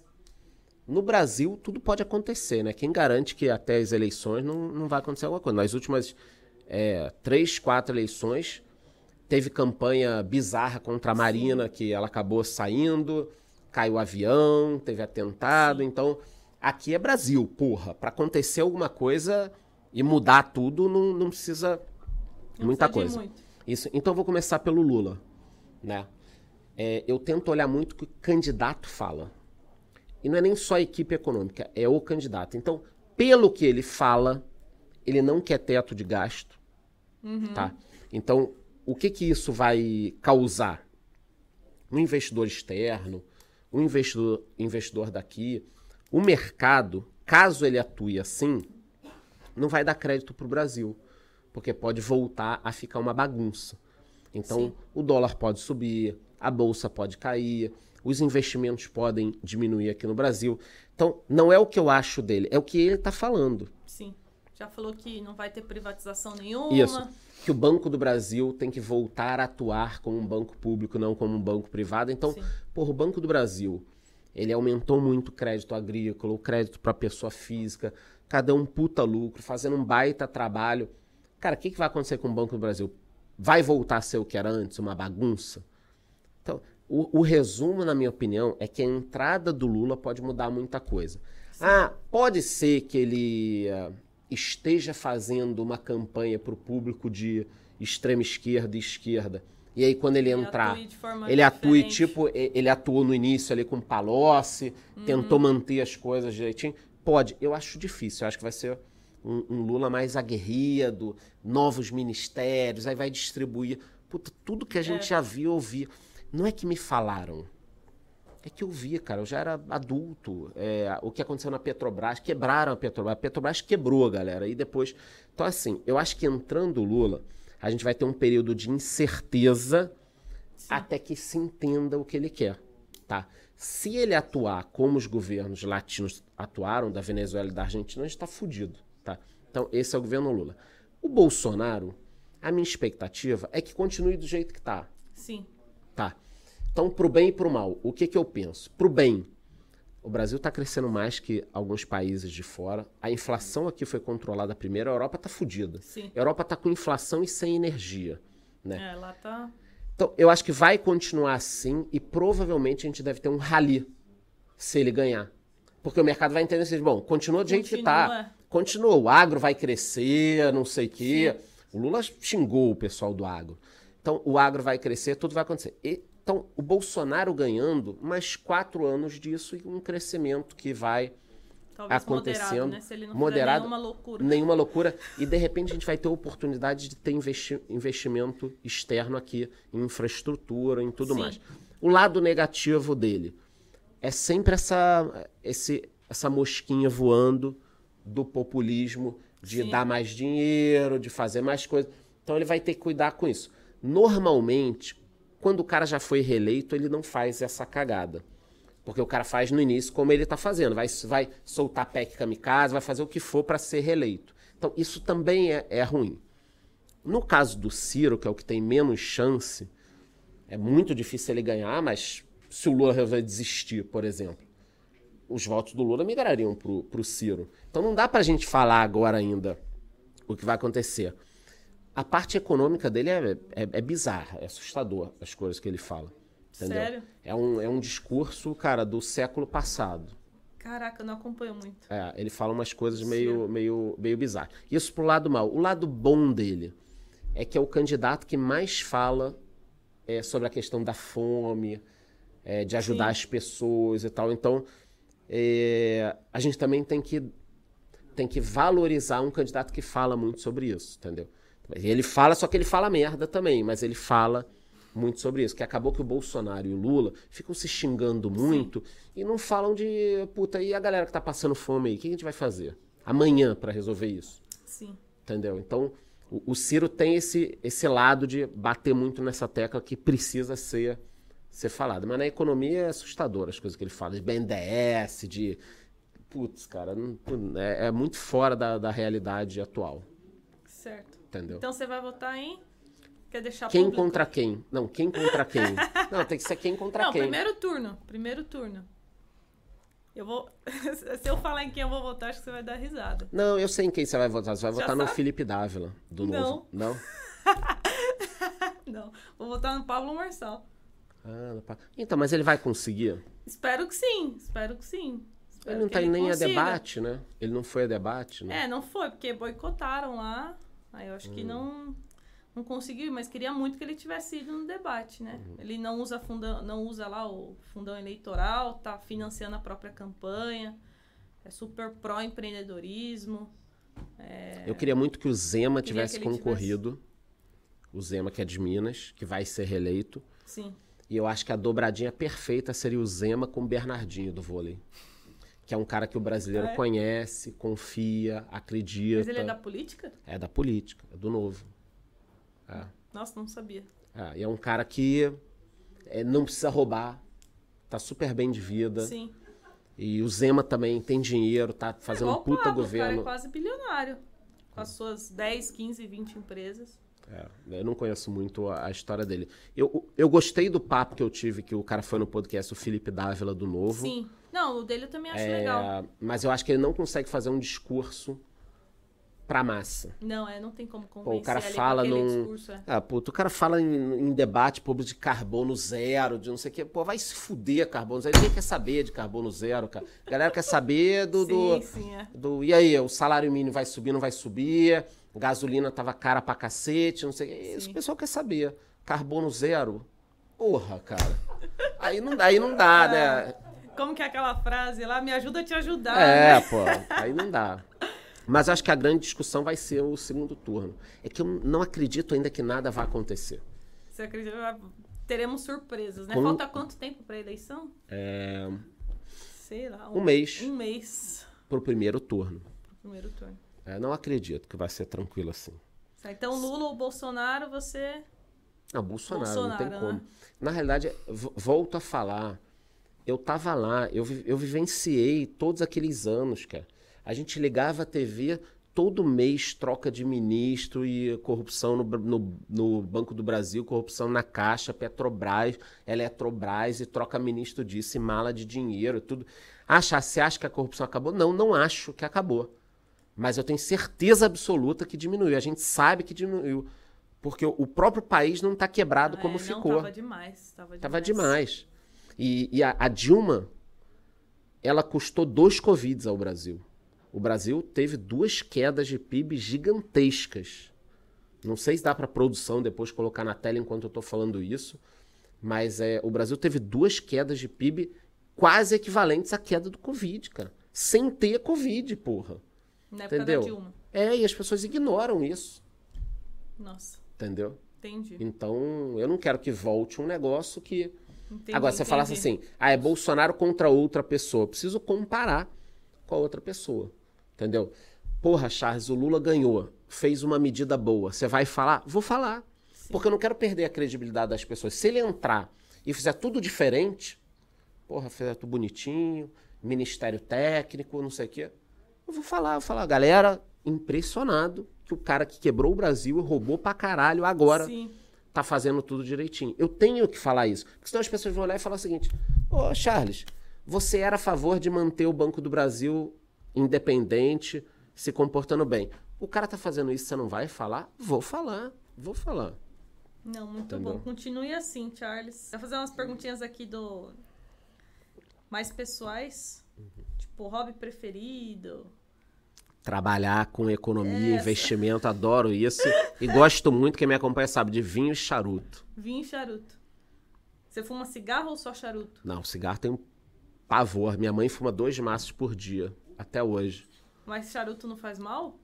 No Brasil, tudo pode acontecer, né? Quem garante que até as eleições não, não vai acontecer alguma coisa? Nas últimas é, três, quatro eleições... Teve campanha bizarra contra a Marina, Sim. que ela acabou saindo, caiu o avião, teve atentado. Sim. Então, aqui é Brasil, porra. Para acontecer alguma coisa e mudar tudo, não, não precisa não muita precisa coisa. Muito. Isso. Então, eu vou começar pelo Lula. Né? É, eu tento olhar muito o que o candidato fala. E não é nem só a equipe econômica, é o candidato. Então, pelo que ele fala, ele não quer teto de gasto. Uhum. Tá? Então... O que que isso vai causar? Um investidor externo, um investidor, investidor daqui, o mercado, caso ele atue assim, não vai dar crédito para o Brasil, porque pode voltar a ficar uma bagunça. Então, Sim. o dólar pode subir, a bolsa pode cair, os investimentos podem diminuir aqui no Brasil. Então, não é o que eu acho dele, é o que ele está falando. Sim, já falou que não vai ter privatização nenhuma. Isso. Que o Banco do Brasil tem que voltar a atuar como um banco público, não como um banco privado. Então, porra, o Banco do Brasil, Ele aumentou muito o crédito agrícola, o crédito para pessoa física, cada um puta lucro, fazendo um baita trabalho. Cara, o que, que vai acontecer com o Banco do Brasil? Vai voltar a ser o que era antes, uma bagunça? Então, o, o resumo, na minha opinião, é que a entrada do Lula pode mudar muita coisa. Sim. Ah, pode ser que ele uh, esteja fazendo uma campanha para o público de extrema esquerda e esquerda. E aí, quando ele, ele entrar, atue ele atue, tipo, ele atuou no início ali com Palocci, uhum. tentou manter as coisas direitinho. Pode, eu acho difícil, eu acho que vai ser um, um Lula mais aguerrido, novos ministérios, aí vai distribuir. Puta, tudo que a gente é. já viu, ouvi. Não é que me falaram, é que eu vi, cara, eu já era adulto. É, o que aconteceu na Petrobras, quebraram a Petrobras, a Petrobras quebrou, galera, e depois... Então, assim, eu acho que entrando o Lula, a gente vai ter um período de incerteza Sim. até que se entenda o que ele quer, tá? Se ele atuar como os governos latinos atuaram, da Venezuela e da Argentina, a gente tá fudido, tá? Então, esse é o governo Lula. O Bolsonaro, a minha expectativa é que continue do jeito que tá. Sim. Tá. Então, pro bem e pro mal, o que que eu penso? Pro bem, o Brasil tá crescendo mais que alguns países de fora. A inflação aqui foi controlada primeiro, a Europa tá fudida. Sim. A Europa tá com inflação e sem energia, né? É, lá tá... Então, eu acho que vai continuar assim e provavelmente a gente deve ter um rally se ele ganhar. Porque o mercado vai entender assim, bom, continua do jeito que tá. Continua, o agro vai crescer, não sei o quê. Sim. O Lula xingou o pessoal do agro. Então, o agro vai crescer, tudo vai acontecer. E, então, o Bolsonaro ganhando, mais quatro anos disso e um crescimento que vai Talvez acontecendo. Moderado, né? Se ele não moderado, nenhuma loucura. Nenhuma loucura. E, de repente, a gente vai ter a oportunidade de ter investi investimento externo aqui, em infraestrutura, em tudo Sim. mais. O lado negativo dele é sempre essa, esse, essa mosquinha voando do populismo, de Sim. dar mais dinheiro, de fazer mais coisas. Então, ele vai ter que cuidar com isso. Normalmente, quando o cara já foi reeleito, ele não faz essa cagada. Porque o cara faz no início como ele está fazendo. Vai, vai soltar P E C kamikaze, vai fazer o que for para ser reeleito. Então, isso também é, é ruim. No caso do Ciro, que é o que tem menos chance, é muito difícil ele ganhar, mas se o Lula resolver desistir, por exemplo, os votos do Lula migrariam pro, pro Ciro. Então, não dá pra gente falar agora ainda o que vai acontecer. A parte econômica dele é, é, é bizarra, é assustador as coisas que ele fala. Entendeu? Sério? É um, é um discurso, cara, do século passado. Caraca, eu não acompanho muito. É, ele fala umas coisas meio, meio, meio bizarras. Isso pro lado mal. O lado bom dele é que é o candidato que mais fala é, sobre a questão da fome, é, de ajudar Sim. as pessoas e tal. Então, é, a gente também tem que, tem que valorizar um candidato que fala muito sobre isso, entendeu? Ele fala, só que ele fala merda também, mas ele fala muito sobre isso, que acabou que o Bolsonaro e o Lula ficam se xingando muito Sim. e não falam de, puta, e a galera que tá passando fome aí, o que a gente vai fazer amanhã pra resolver isso? Sim. Entendeu? Então, o, o Ciro tem esse, esse lado de bater muito nessa tecla que precisa ser, ser falada. Mas na economia é assustador as coisas que ele fala, de B N D E S, de... Putz, cara, não, é, é muito fora da, da realidade atual. Certo. Entendeu? Então você vai votar em... Quer deixar Quem público? contra quem? Não, quem contra quem? Não, tem que ser quem contra Não, quem. Não, primeiro turno. Primeiro turno. Eu vou... Se eu falar em quem eu vou votar, acho que você vai dar risada. Não, eu sei em quem você vai votar. Você vai Já votar sabe? no Felipe Dávila, do Não. Novo. Não? Não. Vou votar no Pablo Marçal. Ah, então, mas ele vai conseguir? Espero que sim. Espero que sim. Espero ele não que tá ele nem consiga. a debate, né? Ele não foi a debate, né? É, não foi, porque boicotaram lá. Aí eu acho hum. que não... Não conseguiu, mas queria muito que ele tivesse ido no debate, né? Uhum. Ele não usa, fundão, não usa lá o fundão eleitoral, tá financiando a própria campanha, é super pró-empreendedorismo. É... Eu queria muito que o Zema queria tivesse que concorrido. Tivesse... O Zema, que é de Minas, que vai ser reeleito. Sim. E eu acho que a dobradinha perfeita seria o Zema com o Bernardinho do vôlei. Que é um cara que o brasileiro ah, é? conhece, confia, acredita. Mas ele é da política? É da política, é do Novo. É. Nossa, não sabia. É, e é um cara que é, não precisa roubar, tá super bem de vida. Sim. E o Zema também tem dinheiro, tá fazendo é um puta Pablo, governo. O cara é quase bilionário, com as suas dez, quinze, vinte empresas. É, eu não conheço muito a, a história dele. Eu, eu gostei do papo que eu tive, que o cara foi no podcast, o Felipe Dávila, do Novo. Sim. Não, o dele eu também acho é, legal. Mas eu acho que ele não consegue fazer um discurso pra massa. Não, é, não tem como convencer. Pô, o cara ali fala com aquele num... discurso, é. Ah, puto, o cara fala em, em debate público de carbono zero, de não sei o quê. Pô, vai se fuder carbono zero. Ninguém quer saber de carbono zero, cara. A galera quer saber do... do, sim, sim, é. do e aí, o salário mínimo vai subir, não vai subir? Gasolina tava cara pra cacete, não sei o quê. Isso o pessoal quer saber. Carbono zero? Porra, cara. Aí não, aí não dá, né? Como que é aquela frase lá? Me ajuda a te ajudar. É, né? pô. Aí não dá. Mas acho que a grande discussão vai ser o segundo turno. É que eu não acredito ainda que nada vai acontecer. Você acredita? Teremos surpresas, né? Com... Falta quanto tempo pra eleição? É... Sei lá. Um, um mês. Um mês. Pro primeiro turno. Pro primeiro turno. É, não acredito que vai ser tranquilo assim. Então, Lula ou Bolsonaro, você... Não, Bolsonaro, Bolsonaro, não tem como. né? Na realidade, volto a falar, eu tava lá, eu, eu vivenciei todos aqueles anos, cara. A gente ligava a T V, todo mês troca de ministro e corrupção no, no, no Banco do Brasil, corrupção na Caixa, Petrobras, Eletrobras, e troca ministro disso, e mala de dinheiro, tudo. Acha, você acha que a corrupção acabou? Não, não acho que acabou. Mas eu tenho certeza absoluta que diminuiu. A gente sabe que diminuiu. Porque o próprio país não está quebrado ah, como é, ficou. Não, tava demais. Tava demais. Tava demais. E, e a, a Dilma, ela custou dois Covids ao Brasil. O Brasil teve duas quedas de P I B gigantescas. Não sei se dá para produção depois colocar na tela enquanto eu estou falando isso, mas é, o Brasil teve duas quedas de P I B quase equivalentes à queda do Covid, cara. Sem ter Covid, porra. Na época Entendeu? da Dilma. É, e as pessoas ignoram isso. Nossa. Entendeu? Entendi. Então, eu não quero que volte um negócio que... Entendi, Agora, você entendi. falasse assim, ah, é Bolsonaro contra outra pessoa. Eu preciso comparar com a outra pessoa. Entendeu? Porra, Charles, o Lula ganhou. Fez uma medida boa. Você vai falar? Vou falar. Sim. Porque eu não quero perder a credibilidade das pessoas. Se ele entrar e fizer tudo diferente, porra, fizer tudo bonitinho, ministério técnico, não sei o quê, eu vou falar, vou falar, galera, impressionado que o cara que quebrou o Brasil e roubou pra caralho agora Sim. tá fazendo tudo direitinho. Eu tenho que falar isso. Porque senão as pessoas vão olhar e falar o seguinte, ô, Charles, você era a favor de manter o Banco do Brasil independente, se comportando bem. O cara tá fazendo isso, você não vai falar? Vou falar, vou falar. Não, muito Entendeu? bom. Continue assim, Charles. Vou fazer umas perguntinhas aqui do... mais pessoais. Uhum. Tipo, hobby preferido... Trabalhar com economia, Essa. investimento, adoro isso. E gosto muito, quem me acompanha sabe, de vinho e charuto. Vinho e charuto. Você fuma cigarro ou só charuto? Não, cigarro tem um pavor. Minha mãe fuma dois maços por dia, até hoje. Mas charuto não faz mal?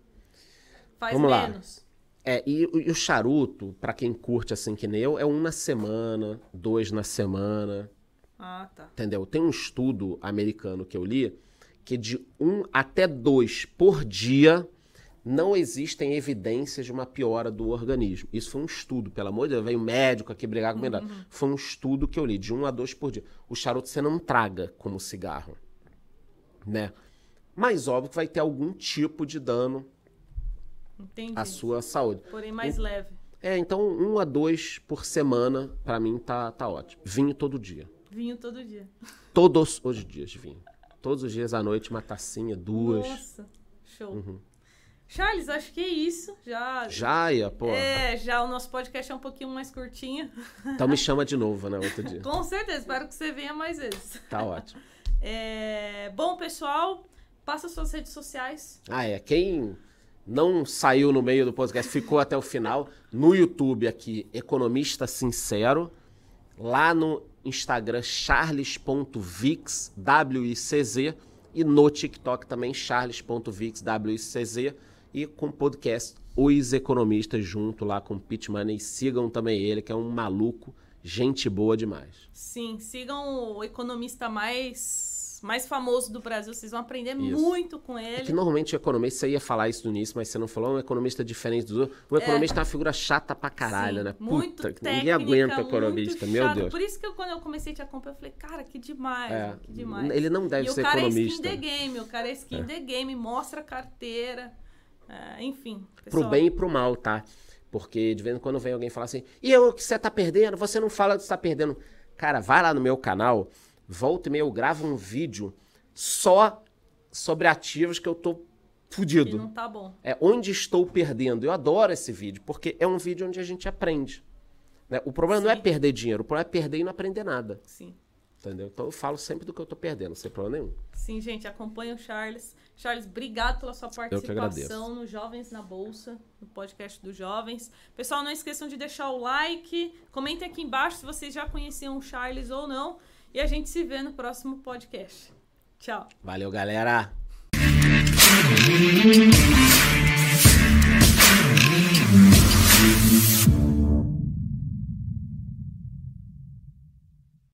Faz Vamos menos. Lá. É, e, e o charuto, pra quem curte assim que nem eu, é um na semana, dois na semana. Ah, tá. Entendeu? Tem um estudo americano que eu li que de um até dois por dia não existem evidências de uma piora do organismo. Isso foi um estudo, pelo amor de Deus, veio médico aqui brigar comigo. Uhum. Foi um estudo que eu li, de um a dois por dia. O charuto você não traga como cigarro, né? Mas óbvio que vai ter algum tipo de dano Entendi. à sua saúde. Porém mais e, leve. É, então um a dois por semana, pra mim, tá, tá ótimo. Vinho todo dia. Vinho todo dia. Todos os dias, vinho. Todos os dias à noite, uma tacinha, duas. Nossa, show. Uhum. Charles, acho que é isso. Já, já ia, pô. É, já o nosso podcast é um pouquinho mais curtinho. Então me chama de novo, né, outro dia. Com certeza, espero que você venha mais vezes. Tá ótimo. É, bom, pessoal, passa suas redes sociais. Ah, é. Quem não saiu no meio do podcast, ficou até o final, no YouTube aqui, Economista Sincero. Lá no Instagram, charles ponto vix, W I C Z, e no TikTok também, charles ponto vix, W I C Z, e com o podcast Os Economistas, junto lá com o Pete Money. Sigam também ele, que é um maluco, gente boa demais. Sim, sigam o economista mais, mais famoso do Brasil, vocês vão aprender Isso. muito com ele. É que normalmente o economista, você ia falar isso no início, mas você não falou, é um economista diferente dos outros. O economista é, é uma figura chata pra caralho, Sim, né? Puta, muito técnica, ninguém aguenta o economista, meu chato. Deus. Por isso que eu, quando eu comecei a te acompanhar, eu falei, cara, que demais, É, que demais. ele não deve e ser o cara economista. é skin the game, o cara é skin É. the game, mostra a carteira, é, enfim. Pro Pessoal, bem e pro mal, tá? Porque de vez em quando vem alguém falar assim, e eu que você tá perdendo? Você não fala que você tá perdendo. Cara, vai lá no meu canal, volta e meia, eu gravo um vídeo só sobre ativos que eu tô fudido. E não tá bom. É onde estou perdendo. Eu adoro esse vídeo, porque é um vídeo onde a gente aprende. Né? O problema Sim. não é perder dinheiro, o problema é perder e não aprender nada. Sim. Entendeu? Então eu falo sempre do que eu tô perdendo, sem problema nenhum. Sim, gente, acompanha o Charles. Charles, obrigado pela sua participação no Jovens na Bolsa, no podcast dos Jovens. Pessoal, não esqueçam de deixar o like, comentem aqui embaixo se vocês já conheciam o Charles ou não. E a gente se vê no próximo podcast. Tchau. Valeu, galera!